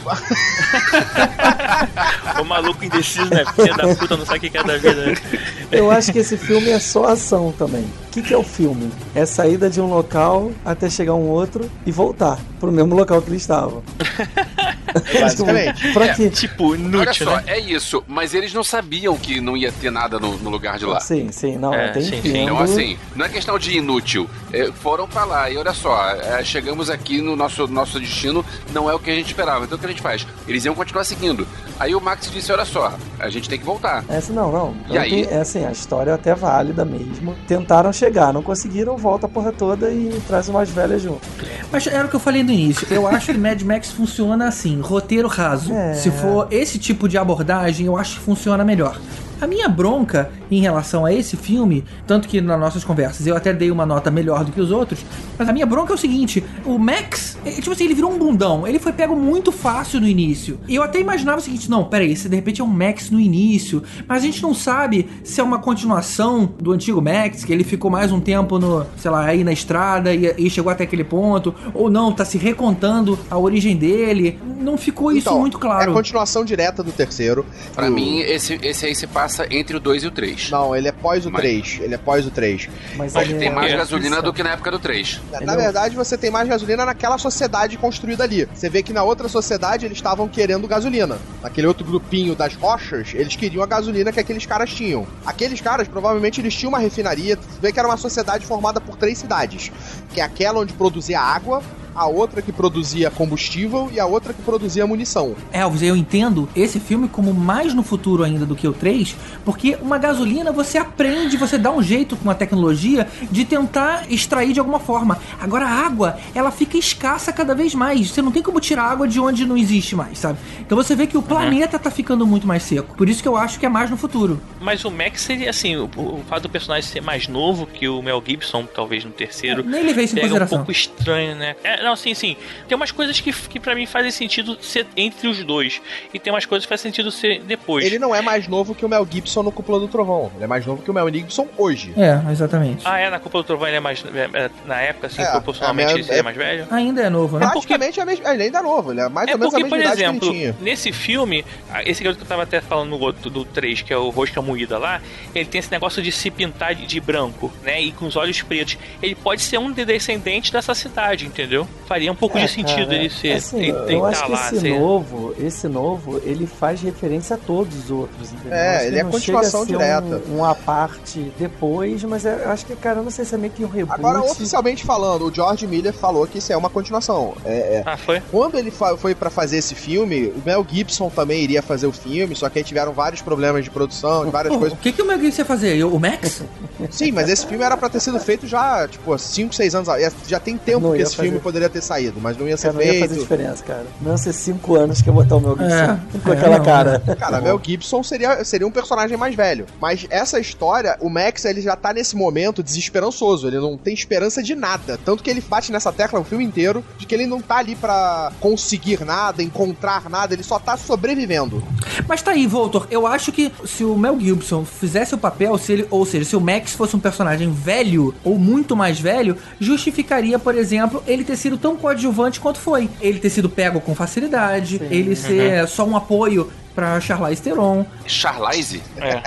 O maluco indeciso, né? Filha da puta, não sabe o que é da vida. Eu acho que esse filme é só ação também. O que é o filme? É saída de um local até chegar a um outro e voltar pro mesmo local que eles estavam. Basicamente. Pra quê? Tipo, inútil, Olha só, né? é isso. Mas eles não sabiam que não ia ter nada no lugar de lá. Sim, não, tem sim. tempo. Então, assim, não é questão de inútil. Foram pra lá e olha só, chegamos aqui no nosso destino, não é o que a gente esperava. Então o que a gente faz? Eles iam continuar seguindo. Aí o Max disse, olha só, a gente tem que voltar. Não. E aí? É assim, a história é até válida mesmo. Tentaram chegar, não conseguiram, volta a porra toda e traz o mais velho junto. Mas era o que eu falei no início. Eu acho que Mad Max funciona assim, roteiro raso. Se for esse tipo de abordagem, eu acho que funciona melhor. A minha bronca em relação a esse filme, tanto que nas nossas conversas eu até dei uma nota melhor do que os outros, mas a minha bronca é o seguinte, o Max, tipo assim, ele virou um bundão, ele foi pego muito fácil no início. E eu até imaginava o seguinte, não, peraí, se de repente é um Max no início, mas a gente não sabe se é uma continuação do antigo Max, que ele ficou mais um tempo no, sei lá, aí na estrada e chegou até aquele ponto, ou não, tá se recontando a origem dele. Não ficou isso muito claro. É a continuação direta do terceiro. Pra mim, esse aí se passa entre o 2 e o 3. Não, ele é pós o 3. Ele é pós o 3. Mas tem mais gasolina do que na época do 3. Na verdade, você tem mais gasolina naquela sociedade construída ali. Você vê que na outra sociedade eles estavam querendo gasolina. Naquele outro grupinho das rochas, eles queriam a gasolina que aqueles caras tinham. Aqueles caras, provavelmente, eles tinham uma refinaria. Você vê que era uma sociedade formada por 3 cidades. Que é aquela onde produzia água, a outra que produzia combustível e a outra que produzia munição. Elvis, eu entendo esse filme como mais no futuro ainda do que o 3, porque uma gasolina você aprende, você dá um jeito com a tecnologia de tentar extrair de alguma forma. Agora a água, ela fica escassa cada vez mais. Você não tem como tirar água de onde não existe mais, sabe? Então você vê que o planeta tá ficando muito mais seco. Por isso que eu acho que é mais no futuro. Mas o Max seria assim, o fato do personagem ser mais novo que o Mel Gibson, talvez no terceiro, nem levei isso em consideração. Um pouco estranho, né? Não, sim. Tem umas coisas que pra mim fazem sentido ser entre os dois. E tem umas coisas que fazem sentido ser depois. Ele não é mais novo que o Mel Gibson no Cúpula do Trovão. Ele é mais novo que o Mel Gibson hoje. É, exatamente. Na Cúpula do Trovão ele é mais... Na época, assim, proporcionalmente ele seria mais velho? Ainda é novo, né? Praticamente ele ainda é novo. Ele é mais ou menos a mesma idade que ele tinha. Nesse filme, esse garoto que eu tava até falando no outro, do 3, que é o Rosca Moída lá, ele tem esse negócio de se pintar de branco, né? E com os olhos pretos. Ele pode ser um descendente dessa cidade, entendeu? Faria um pouco de sentido ele ser. Assim, eu acho que esse novo, ele faz referência a todos os outros, entendeu? Ele é continuação direta. Uma parte depois, mas eu acho que, cara, eu não sei se é meio que um reboot. Agora, oficialmente falando, o George Miller falou que isso é uma continuação. Foi? Quando ele foi pra fazer esse filme, o Mel Gibson também iria fazer o filme, só que aí tiveram vários problemas de produção, de várias coisas. O que o Mel Gibson ia fazer? O Max? Sim, mas esse filme era pra ter sido feito já, tipo, 5, 6 anos. Já tem tempo que esse filme poderia ter saído, mas não ia ser feito. Não ia fazer diferença, cara. Não ia ser 5 anos que eu botar o Mel Gibson com aquela cara. Cara, Mel Gibson seria um personagem mais velho. Mas essa história, o Max, ele já tá nesse momento desesperançoso. Ele não tem esperança de nada. Tanto que ele bate nessa tecla o filme inteiro de que ele não tá ali pra conseguir nada, encontrar nada. Ele só tá sobrevivendo. Mas tá aí, Voltor. Eu acho que se o Mel Gibson fizesse o papel, ou seja, se o Max fosse um personagem velho ou muito mais velho, justificaria, por exemplo, ele ter sido tão coadjuvante quanto foi. Ele ter sido pego com facilidade, ele ser só um apoio pra Charlize Theron. Charlize?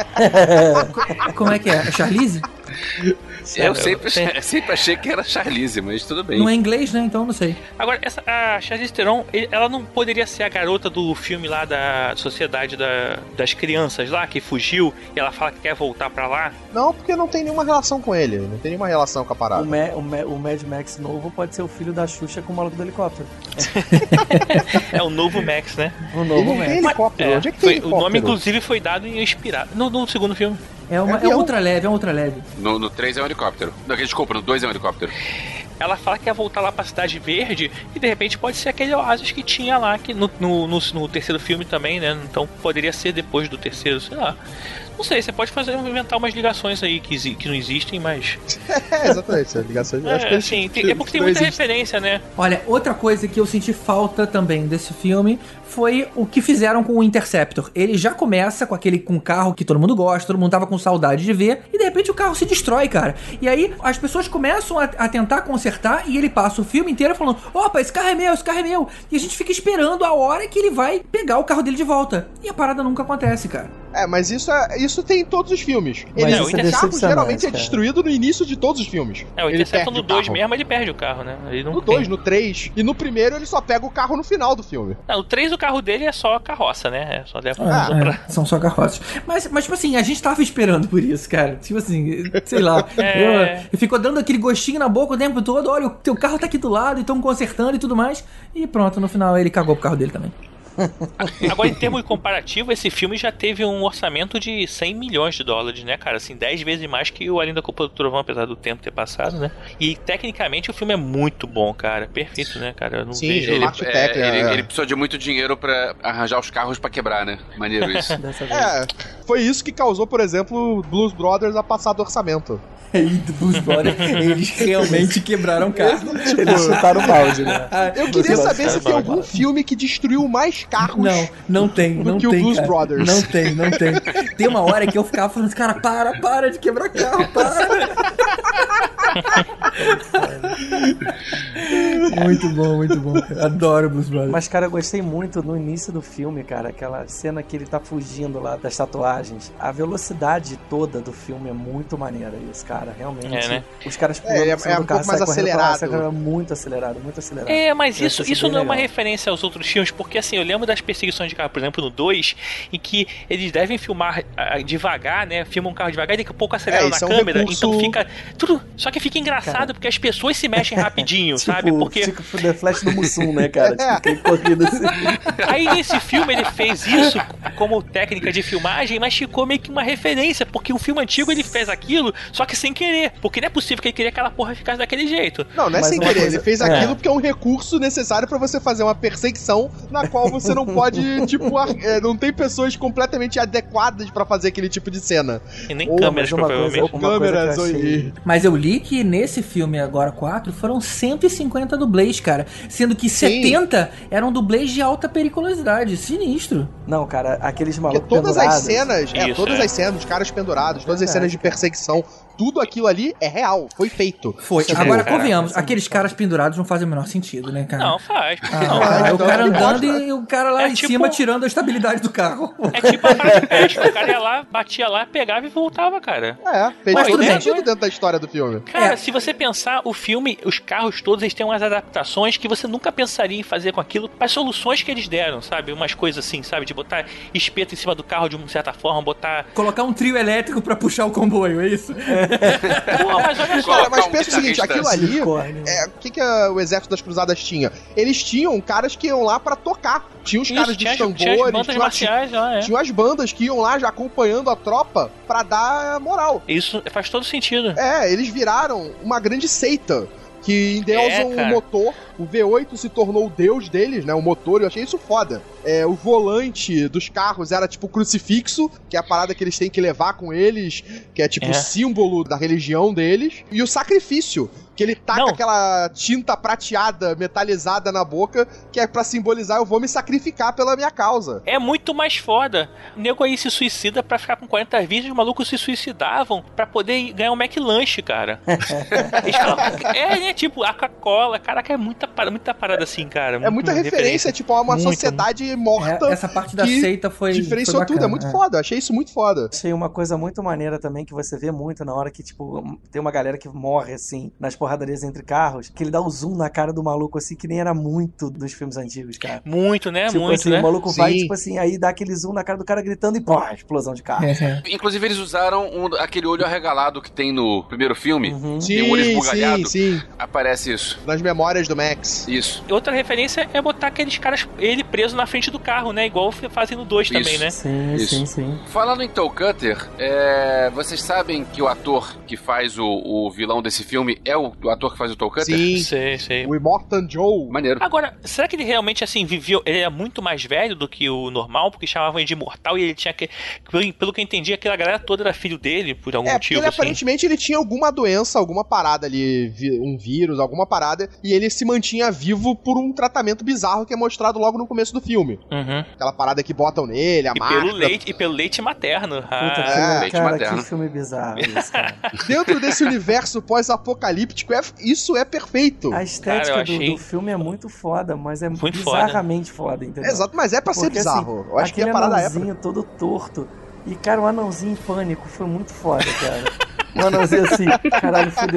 Como é que é? É Charlize? Eu sempre achei que era Charlize, mas tudo bem. Não é inglês, né? Então não sei. Agora, a Charlize Theron, ela não poderia ser a garota do filme lá da Sociedade das Crianças lá, que fugiu e ela fala que quer voltar pra lá? Não, porque não tem nenhuma relação com ele. Não tem nenhuma relação com a parada. O Mad Max novo pode ser o filho da Xuxa com o maluco do helicóptero. É o novo Max, né? O novo Max. Tem helicóptero. Onde é que tem helicóptero? O nome, inclusive, foi dado em inspirado no segundo filme. É um ultraleve, é um ultraleve. No 3 é um helicóptero. Não, desculpa, no 2 é um helicóptero. Ela fala que quer voltar lá pra Cidade Verde e de repente pode ser aquele oásis que tinha lá que no terceiro filme também, né? Então poderia ser depois do terceiro, sei lá. Não sei, você pode inventar umas ligações aí que não existem, mas... Exatamente, ligações... sim, é porque tem muita referência, né? Olha, outra coisa que eu senti falta também desse filme foi o que fizeram com o Interceptor. Ele já começa com um carro que todo mundo gosta, todo mundo tava com saudade de ver, e de repente o carro se destrói, cara. E aí as pessoas começam a tentar consertar e ele passa o filme inteiro falando: opa, esse carro é meu. E a gente fica esperando a hora que ele vai pegar o carro dele de volta. E a parada nunca acontece, cara. Mas isso tem em todos os filmes. O carro geralmente é destruído no início de todos os filmes. O Interceptor no 2 mesmo, ele perde o carro, né? No 2, no 3. E no primeiro ele só pega o carro no final do filme. No 3 o carro dele é só carroça, né? É só são só carroças. Mas, tipo assim, a gente tava esperando por isso, cara. Tipo assim, sei lá. Eu ficou dando aquele gostinho na boca o tempo todo. Olha, o teu carro tá aqui do lado e estão consertando e tudo mais. E pronto, no final ele cagou pro carro dele também. Agora, em termos comparativos, esse filme já teve um orçamento de 100 milhões de dólares, né, cara? Assim, 10 vezes mais que o Além da Copa do Trovão, apesar do tempo ter passado, né? E, tecnicamente, o filme é muito bom, cara. Perfeito, né, cara? Eu não Sim, vejo... Ele precisou de muito dinheiro pra arranjar os carros pra quebrar, né? Maneiro isso. Foi isso que causou, por exemplo, Blues Brothers a passar do orçamento. E do Blues Brothers, eles realmente quebraram o carro. Eles chutaram o balde, né? Eu queria saber se tem algum filme que destruiu mais carros Não tem, do que o Blues cara. Brothers. Não tem. Tem uma hora que eu ficava falando assim, cara, para de quebrar carro, para. Muito bom. Adoro Blues Brothers. Mas, cara, eu gostei muito no início do filme, cara. Aquela cena que ele tá fugindo lá das tatuagens. A velocidade toda do filme é muito maneira, isso, cara. Realmente. Né? Os caras pulando um pouco mais acelerado. Muito acelerado. Mas isso não é uma referência aos outros filmes, porque assim, eu lembro das perseguições de carro, por exemplo, no 2, em que eles devem filmar devagar, né? Filmam um carro devagar e daqui a pouco aceleram na câmera, então fica tudo. Só que fica engraçado, porque as pessoas se mexem rapidinho, sabe? Porque... Tipo The Flash do Mussum, né, cara? Tipo, corrida assim. Aí nesse filme ele fez isso como técnica de filmagem, mas ficou meio que uma referência, porque o filme antigo ele fez aquilo, só que sem querer, porque não é possível que ele queria que aquela porra ficasse daquele jeito. Não é sem querer, ele fez aquilo porque é um recurso necessário pra você fazer uma perseguição na qual você não pode, tipo, não tem pessoas completamente adequadas pra fazer aquele tipo de cena. E nem câmeras, provavelmente. Mas eu li que nesse filme agora 4 foram 150 dublês, cara, sendo que 70 eram dublês de alta periculosidade, sinistro. Não, cara, aqueles malucos porque todas pendurados. as cenas, as cenas, os caras pendurados, todas as cenas de perseguição, tudo aquilo ali é real, foi feito. Foi. Agora, convenhamos, aqueles caras pendurados não fazem o menor sentido, né, cara? Não, faz. O cara andando e o cara lá em cima tirando a estabilidade do carro. É tipo a cara de pesca, o cara ia lá, batia lá, pegava e voltava, cara. Fez todo sentido dentro da história do filme. Cara, se você pensar, o filme, os carros todos, eles têm umas adaptações que você nunca pensaria em fazer com aquilo, as soluções que eles deram, sabe? Umas coisas assim, sabe? De botar espeto em cima do carro de uma certa forma, colocar um trio elétrico pra puxar o comboio, é isso? Pô, mas olha só. Cara, mas pensa o seguinte, aquilo ali, o que o Exército das Cruzadas tinha? Eles tinham caras que iam lá pra tocar. Tinha os caras de tambores, tinha as bandas que iam lá já acompanhando a tropa pra dar moral. Isso faz todo sentido. Eles viraram uma grande seita. Que endeusam o motor, o V8 se tornou o deus deles, né? O motor, eu achei isso foda. O volante dos carros era tipo crucifixo, que é a parada que eles têm que levar com eles, que é tipo o símbolo da religião deles. E o sacrifício, que ele taca aquela tinta prateada, metalizada na boca, que é pra simbolizar eu vou me sacrificar pela minha causa. É muito mais foda. O nego aí se suicida pra ficar com 40 vídeos, os malucos se suicidavam pra poder ganhar um McLanche, cara. Eles falam, tipo, a Coca-Cola, caraca, é muita parada assim, cara. É muita referência, tipo, a uma sociedade morta. Essa parte da seita foi diferenciou foi bacana, tudo, é muito foda, achei isso muito foda. Achei uma coisa muito maneira também, que você vê muito na hora que, tipo, tem uma galera que morre, assim, nas porradarias entre carros, que ele dá o zoom na cara do maluco, assim, que nem era muito dos filmes antigos, cara. Muito, né? Tipo muito, assim, né? O maluco vai, tipo assim, aí dá aquele zoom na cara do cara gritando e pô, explosão de carro. Inclusive, eles usaram aquele olho arregalado que tem no primeiro filme. Sim, tem um olho esbugalhado. sim. Aparece isso. Nas memórias do Max. Isso. Outra referência é botar aqueles caras, ele preso na frente do carro, né? Igual fazem no 2 também, né? Sim. Falando em Toe Cutter, vocês sabem que o ator que faz o vilão desse filme é o ator que faz o Toe Cutter? Sim. Sei. O Immortan Joe. Maneiro. Agora, será que ele realmente, assim, viveu... Ele é muito mais velho do que o normal, porque chamavam ele de imortal e ele tinha que... Pelo que eu entendi, aquela galera toda era filho dele, por algum motivo, ele, assim. aparentemente ele tinha alguma doença, alguma parada ali, um vírus, alguma parada, e ele se mantinha vivo por um tratamento bizarro que é mostrado logo no começo do filme. Aquela parada que botam nele, a máscara. Pelo leite materno. Leite materno. Que filme bizarro isso, cara. Dentro desse universo pós-apocalíptico, isso é perfeito. A estética do filme é muito foda, mas é muito bizarramente foda, entendeu? Exato, mas é pra ser bizarro. Assim, eu acho que a parada é pra... todo torto. E, cara, o anãozinho em pânico foi muito foda, cara. O anãozinho assim, caralho, fudeu.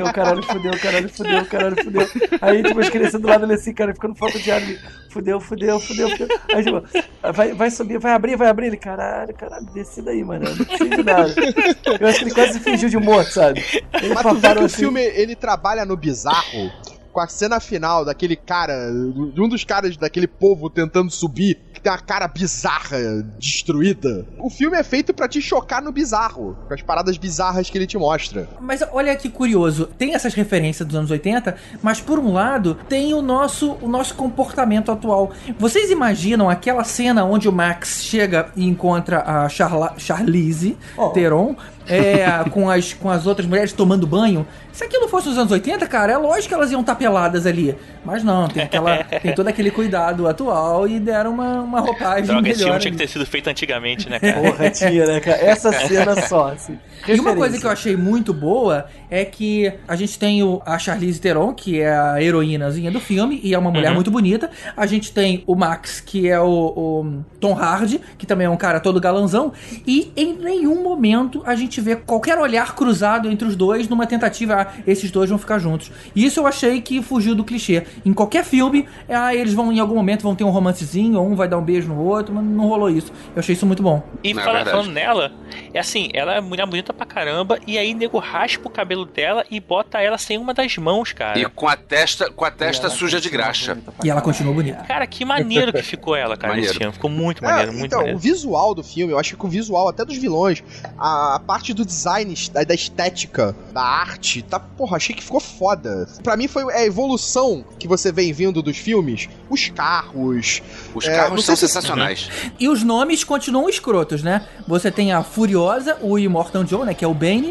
Aí, tipo, as crianças do lado ali assim, cara, ficando falta de ar ali. Fudeu. Aí, tipo, vai subir, vai abrir. Ele, caralho, desce daí, mano. Não precisa de nada. Eu acho que ele quase fingiu de morto, sabe? Ele mas tu vê que o filme, ele trabalha no bizarro com a cena final daquele cara, de um dos caras daquele povo tentando subir, que tem uma cara bizarra, destruída. O filme é feito pra te chocar no bizarro, com as paradas bizarras que ele te mostra. Mas olha que curioso, tem essas referências dos anos 80, mas por um lado tem o nosso comportamento atual. Vocês imaginam aquela cena onde o Max chega e encontra a Charlize Theron com as outras mulheres tomando banho? Se aquilo fosse os anos 80, cara, é lógico que elas iam estar peladas ali. Mas não, tem todo aquele cuidado atual e deram uma roupagem Droga, melhor. esse filme tinha que ter sido feito antigamente, né, cara? Porra, tinha, né, cara? Essa cena só, assim. E uma coisa que eu achei muito boa é que a gente tem a Charlize Theron, que é a heroínazinha do filme, e é uma mulher muito bonita. A gente tem o Max, que é o Tom Hardy, que também é um cara todo galanzão. E em nenhum momento a gente vê qualquer olhar cruzado entre os dois numa tentativa, esses dois vão ficar juntos. E isso eu achei que fugiu do clichê. Em qualquer filme, eles vão em algum momento vão ter um romancezinho, ou um vai dar um beijo no outro, mas não rolou isso. Eu achei isso muito bom. E falando nela, é assim, ela é mulher bonita pra caramba, e aí nego raspa o cabelo dela e bota ela sem uma das mãos, cara. E com a testa suja de graxa. E ela continua bonita. Cara, que maneiro que ficou ela, cara, nesse filme. Ficou muito maneiro, muito então, maneiro. O visual do filme, eu acho que o visual até dos vilões, a parte do design, da estética, da arte, porra, achei que ficou foda. Pra mim foi a evolução que você vem vindo dos filmes, os carros. Os carros são sensacionais. E os nomes continuam escrotos, né? Você tem a Furiosa, o Immortan Joe, né, que é o Bane,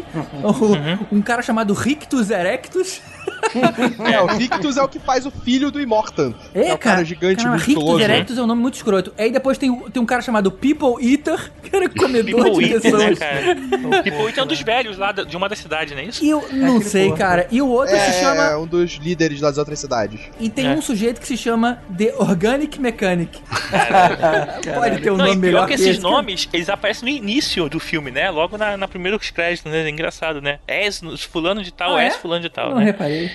um cara chamado Rictus Erectus. O Rictus é o que faz o filho do Immortan. É o cara gigante, musculoso. Rictus Erectus é um nome muito escroto. Aí depois tem um cara chamado People Eater, que era comedor de pessoas. Né, cara? O People Eater é um dos velhos lá de uma das cidades, não é isso? E eu não sei, cara. E o outro se chama... É um dos líderes das outras cidades. E tem um sujeito que se chama The Organic Mechanic. Pode ter um nome melhor que esses nomes, eles aparecem no início do filme, né? Logo na primeira crédito, né? É engraçado, né? Fulano de tal, fulano de tal, não reparei.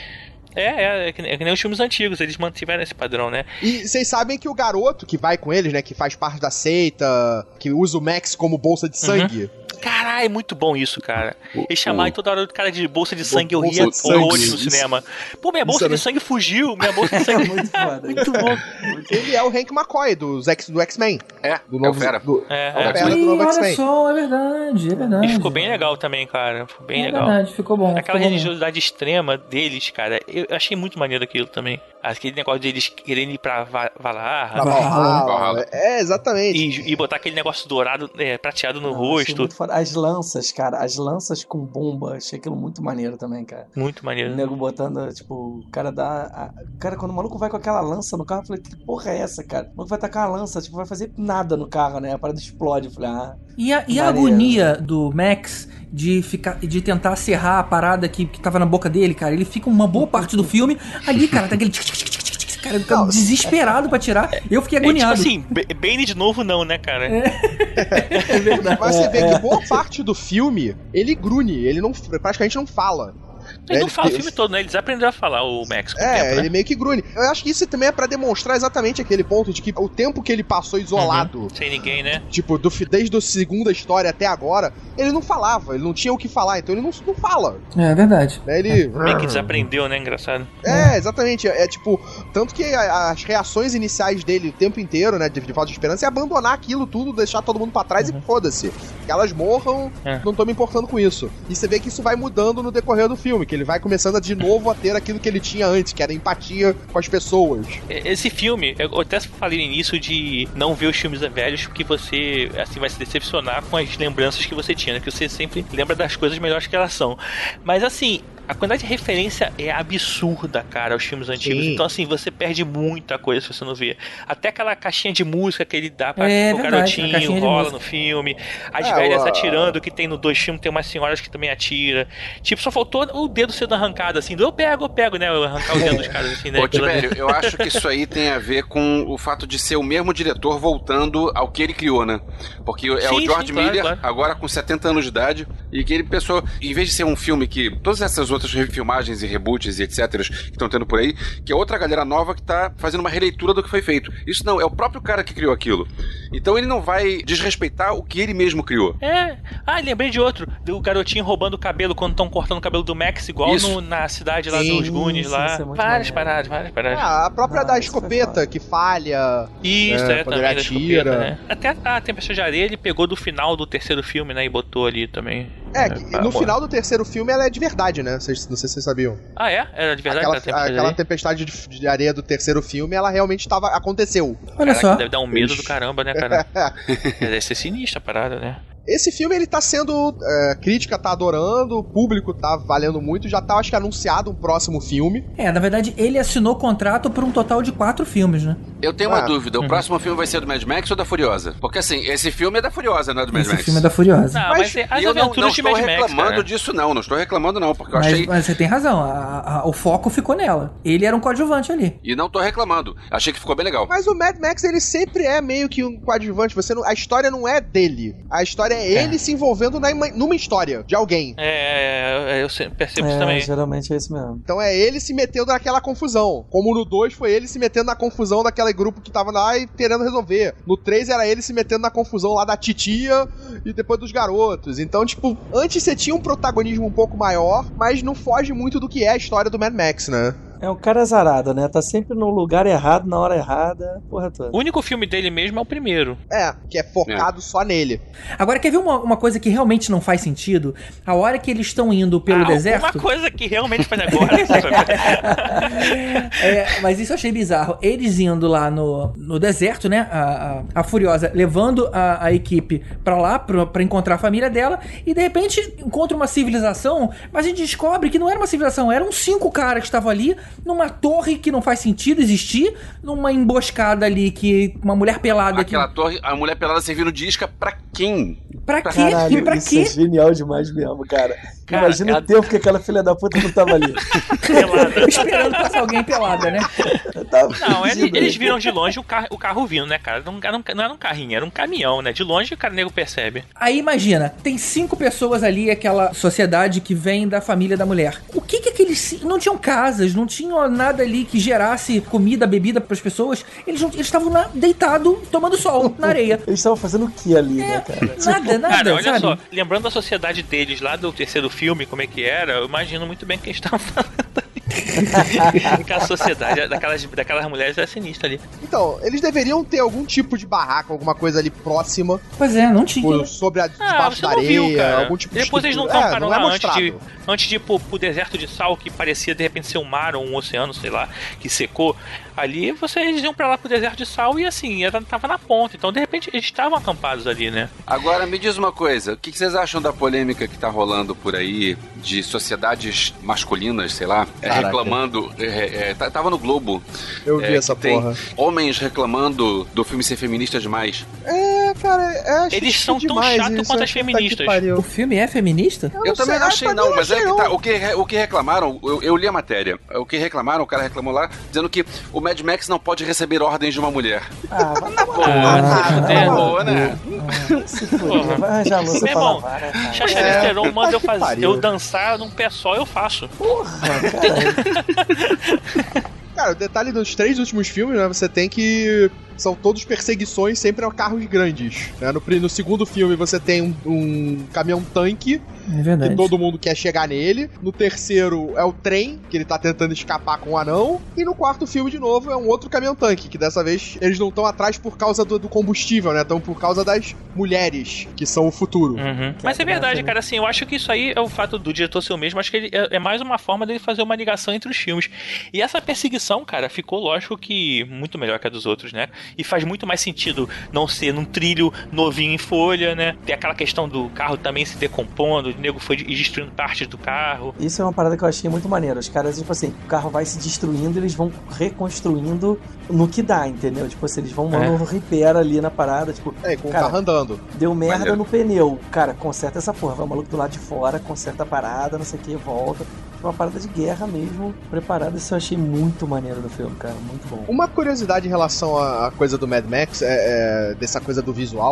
É que nem os filmes antigos, eles mantiveram esse padrão, né? E vocês sabem que o garoto que vai com eles, né, que faz parte da seita, que usa o Max como bolsa de sangue... Caralho, é muito bom isso, cara. Eles chamaram toda hora do cara de bolsa de sangue, eu ria horrores no cinema. Pô, minha bolsa de sangue fugiu, minha bolsa de sangue... Muito foda. Muito bom. Ele é o Hank McCoy do X-Men. Do novo Fera. Do novo X-Men. Olha só, é verdade. E ficou bem legal também, cara. Ficou bem legal. É verdade, ficou bom. Aquela religiosidade extrema deles, cara, eu achei muito maneiro aquilo também. Aquele negócio deles querendo ir pra Valhalla. Exatamente. E botar aquele negócio dourado, prateado no rosto. As lanças, cara, as lanças com bomba, achei aquilo muito maneiro também, cara. Muito maneiro. O nego botando, tipo, o cara dá... Cara, quando o maluco vai com aquela lança no carro, eu falei, que porra é essa, cara? O maluco vai tacar a lança, tipo, vai fazer nada no carro, né? A parada explode. Eu falei, E a agonia do Max de tentar serrar a parada que tava na boca dele, cara, ele fica uma boa parte do filme ali, cara, tá aquele... Cara, ele fica desesperado pra tirar. Eu fiquei agoniado. Tipo assim, Bane de novo não, né, cara? É verdade. Mas você vê que boa parte do filme, ele grune, ele praticamente não fala. Ele não fala o filme todo, né? Eles aprenderam a falar, o Max, com o tempo, né? Ele meio que grune. Eu acho que isso também é pra demonstrar exatamente aquele ponto de que o tempo que ele passou isolado... Sem ninguém, né? Tipo, desde a segunda história até agora, ele não falava, ele não tinha o que falar, então ele não fala. É verdade. Ele... Meio que desaprendeu, né? Engraçado. Exatamente. É tipo, tanto que as reações iniciais dele o tempo inteiro, né, de falta de esperança, é abandonar aquilo tudo, deixar todo mundo pra trás e foda-se. Que elas morram, não tô me importando com isso. E você vê que isso vai mudando no decorrer do filme, que ele vai começando de novo a ter aquilo que ele tinha antes, que era empatia com as pessoas. Esse filme, eu até falei no início de não ver os filmes velhos, porque você, assim, vai se decepcionar com as lembranças que você tinha, né? Que você sempre lembra das coisas melhores que elas são. Mas, assim, a quantidade de referência é absurda, cara, aos filmes antigos. Sim. Então, assim, você perde muita coisa se você não vê. Até aquela caixinha de música que ele dá pra o garotinho, rola no filme. As velhas atirando, que tem no 2 filmes, tem umas senhoras que também atira. Tipo, só faltou o dedo sendo arrancado, assim, eu pego, né? Arrancar o dedo dos caras, assim, né? Pô, Tibério, eu acho que isso aí tem a ver com o fato de ser o mesmo diretor voltando ao que ele criou, né? Porque o George Miller, agora com 70 anos de idade, e que ele pensou, em vez de ser um filme que todas essas outras refilmagens e reboots e etc. que estão tendo por aí, que é outra galera nova que tá fazendo uma releitura do que foi feito. Isso não, é o próprio cara que criou aquilo. Então ele não vai desrespeitar o que ele mesmo criou. Lembrei de outro. Do garotinho roubando o cabelo quando estão cortando o cabelo do Max, igual na cidade lá dos Goonies lá. Várias paradas. A própria da escopeta que falha. Isso, quando também ele da atira. escopeta, né? Até a Tempestade de Areia ele pegou do final do terceiro filme, né? E botou ali também. No final do terceiro filme ela é de verdade, né? Não sei se vocês sabiam. Era de verdade? Aquela tempestade de areia do terceiro filme, ela realmente aconteceu. Olha só. Deve dar um medo do caramba, né, cara? Deve ser sinistra a parada, né? Esse filme, ele tá sendo... crítica tá adorando, o público tá valendo muito, já tá, acho que, anunciado um próximo filme. Na verdade, ele assinou contrato por um total de 4 filmes, né? Eu tenho uma dúvida, o próximo filme vai ser do Mad Max ou da Furiosa? Porque, assim, esse filme é da Furiosa, não é do Mad Max. Esse filme é da Furiosa. Não, mas as aventuras de Mad Max, não estou reclamando disso, não estou reclamando, não, porque eu achei... Mas você tem razão, o foco ficou nela. Ele era um coadjuvante ali. E não tô reclamando, achei que ficou bem legal. Mas o Mad Max, ele sempre é meio que um coadjuvante, a história não é dele, a história é ele se envolvendo numa história de alguém. Eu percebo isso também. Geralmente é isso mesmo. Então é ele se metendo naquela confusão. Como no 2 foi ele se metendo na confusão daquele grupo que tava lá e querendo resolver. No 3 era ele se metendo na confusão lá da titia e depois dos garotos. Então, tipo, antes você tinha um protagonismo um pouco maior, mas não foge muito do que é a história do Mad Max, né? É um cara azarado, né? Tá sempre no lugar errado, na hora errada, porra toda. O único filme dele mesmo é o primeiro. Que é focado só nele. Agora, quer ver uma coisa que realmente não faz sentido? A hora que eles estão indo pelo deserto... Uma coisa que realmente faz agora. Mas isso eu achei bizarro. Eles indo lá no deserto, né? A Furiosa levando a equipe pra lá, pra encontrar a família dela, e de repente encontra uma civilização, mas a gente descobre que não era uma civilização, eram 5 caras que estavam ali, numa torre que não faz sentido existir, numa emboscada ali que uma mulher pelada... Aquela torre, a mulher pelada servindo de isca pra quem? Pra quê? Caralho, pra isso quê? é genial demais mesmo, cara. Imagina o tempo que aquela filha da puta não tava ali. Pelada. Esperando passar alguém pelada, né? Não, eles viram de longe o carro vindo, né, cara? Não era um carrinho, era um caminhão, né? De longe o nego percebe. Aí imagina, tem 5 pessoas ali, aquela sociedade que vem da família da mulher. O que aqueles... Não tinham casas, não tinham nada ali que gerasse comida, bebida pras pessoas. Eles estavam deitados, tomando sol na areia. Eles estavam fazendo o que ali, né, cara? Nada, cara, olha sabe? só, lembrando a sociedade deles lá do terceiro filme, como é que era, eu imagino muito bem o que eles estavam falando ali. Que a sociedade daquelas mulheres era sinistra ali. Então, eles deveriam ter algum tipo de barraco, alguma coisa ali próxima. Pois é, não tinha. Sobre debaixo da areia, viu, algum tipo de depois eles não estrutura. tamparam Não é lá mostrado. antes de ir pro deserto de sal, que parecia de repente ser um mar ou um oceano, sei lá, que secou. Ali eles iam pra lá pro deserto de sal e assim, tava na ponta. Então de repente eles estavam acampados ali, né? Agora me diz uma coisa, o que vocês acham da polêmica que tá rolando por aí de sociedades masculinas, sei lá, reclamando, tava no Globo. Eu vi essa porra. Homens reclamando do filme ser feminista demais. Cara, eles são tão chatos quanto as feministas. O filme é feminista? Eu também não achei, não, mas é que tá. O que reclamaram, eu li a matéria. O que reclamaram, o cara reclamou lá, dizendo que o Mad Max não pode receber ordens de uma mulher. Boa, né? Vai arranjar a louça pra lavar, né, cara? Charlize Theron manda eu dançar num pé só, eu faço. Porra, cara. Cara, o detalhe dos 3 últimos filmes, né, você tem que... São todos perseguições sempre a carros grandes, né? No segundo filme você tem um caminhão-tanque, que todo mundo quer chegar nele. No terceiro é o trem, que ele tá tentando escapar com o anão. E no quarto filme, de novo, é um outro caminhão-tanque, que dessa vez eles não estão atrás por causa do combustível, né? Estão por causa das mulheres, que são o futuro. Uhum. Mas é verdade, cara, assim, eu acho que isso aí é o fato do diretor ser o mesmo, acho que ele é mais uma forma dele fazer uma ligação entre os filmes. E essa perseguição, cara, ficou, lógico, que muito melhor que a dos outros, né? E faz muito mais sentido não ser num trilho novinho em folha, né? Tem aquela questão do carro também se decompondo, o nego foi destruindo partes do carro. Isso é uma parada que eu achei muito maneiro. Os caras, tipo assim, o carro vai se destruindo, eles vão reconstruindo no que dá, entendeu? Tipo assim, eles vão no repair ali na parada, tipo... com o carro andando. Deu merda no pneu. Cara, conserta essa porra. Vai o maluco do lado de fora, conserta a parada, não sei o que, volta. Uma parada de guerra mesmo, preparada. Isso eu achei muito maneiro do filme, cara. Muito bom. Uma curiosidade em relação à coisa do Mad Max, dessa coisa do visual,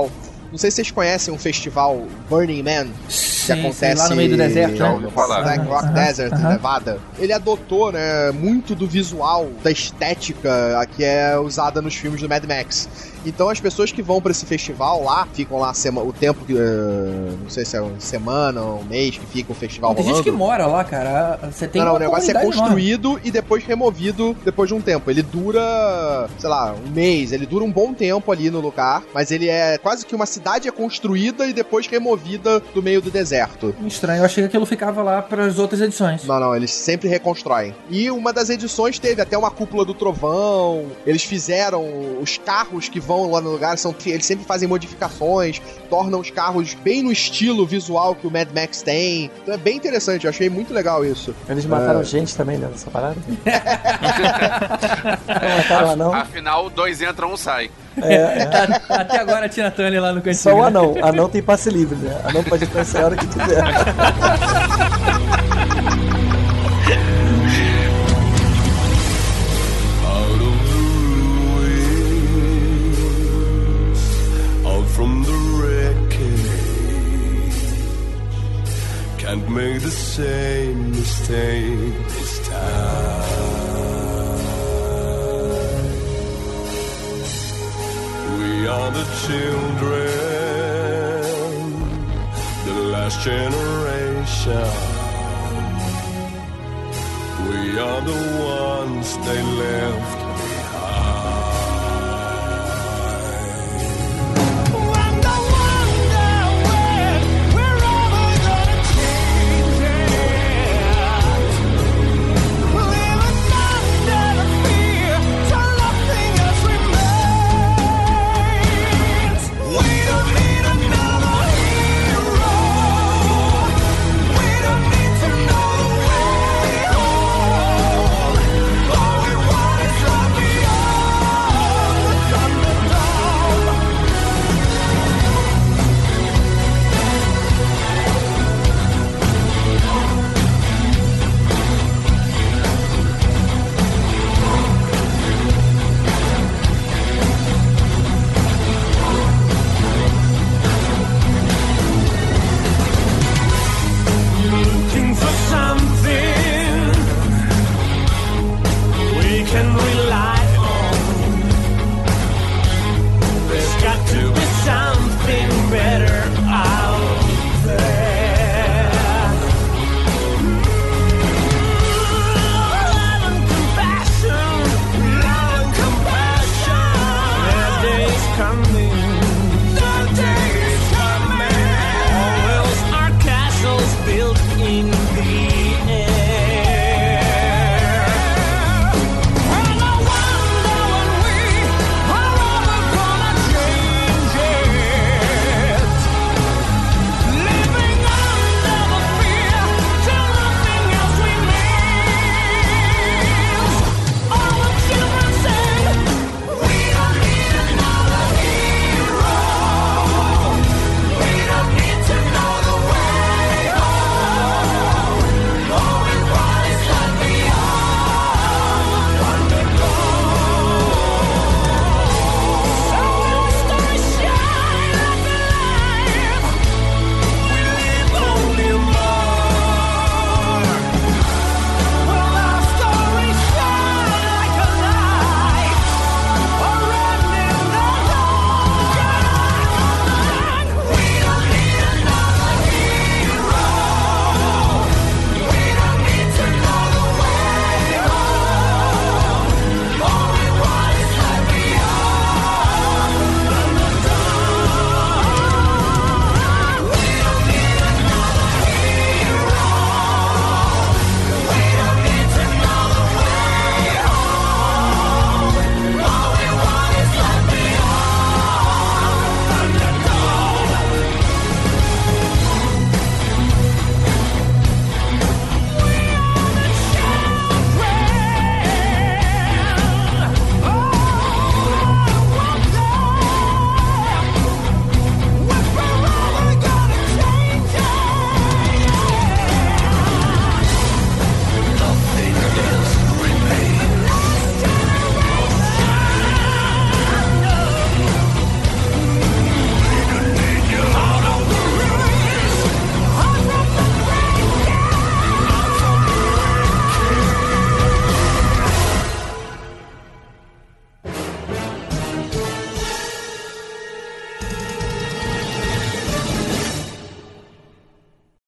Não sei se vocês conhecem um festival Burning Man, que acontece lá no meio do deserto, né? no Black Rock Desert, Nevada. Ele adotou, né, muito do visual, da estética que é usada nos filmes do Mad Max. Então as pessoas que vão pra esse festival lá, ficam lá o tempo que, não sei se é uma semana ou um mês que fica o festival rolando. Tem gente que mora lá, cara. Você tem Não, uma o negócio é comunidade construído enorme. e depois removido depois de um tempo. Ele dura, sei lá, um mês. Ele dura um bom tempo ali no lugar, mas ele é quase que uma cidade é construída e depois removida do meio do deserto. Estranho, eu achei que aquilo ficava lá pras outras edições. Não, eles sempre reconstroem. E uma das edições teve até uma cúpula do trovão. Eles fizeram os carros que vão lá no lugar, eles sempre fazem modificações, tornam os carros bem no estilo visual que o Mad Max tem. Então é bem interessante, eu achei muito legal isso. Eles mataram gente também dentro dessa parada? Não mataram anão? Afinal, 2 entra, 1 sai. Até agora a Tina Turner lá no cantinho. Só o anão. Anão tem passe livre, né? Anão pode entrar essa hora que quiser. From the wreckage, can't make the same mistake this time. We are the children, the last generation. We are the ones they left behind. Come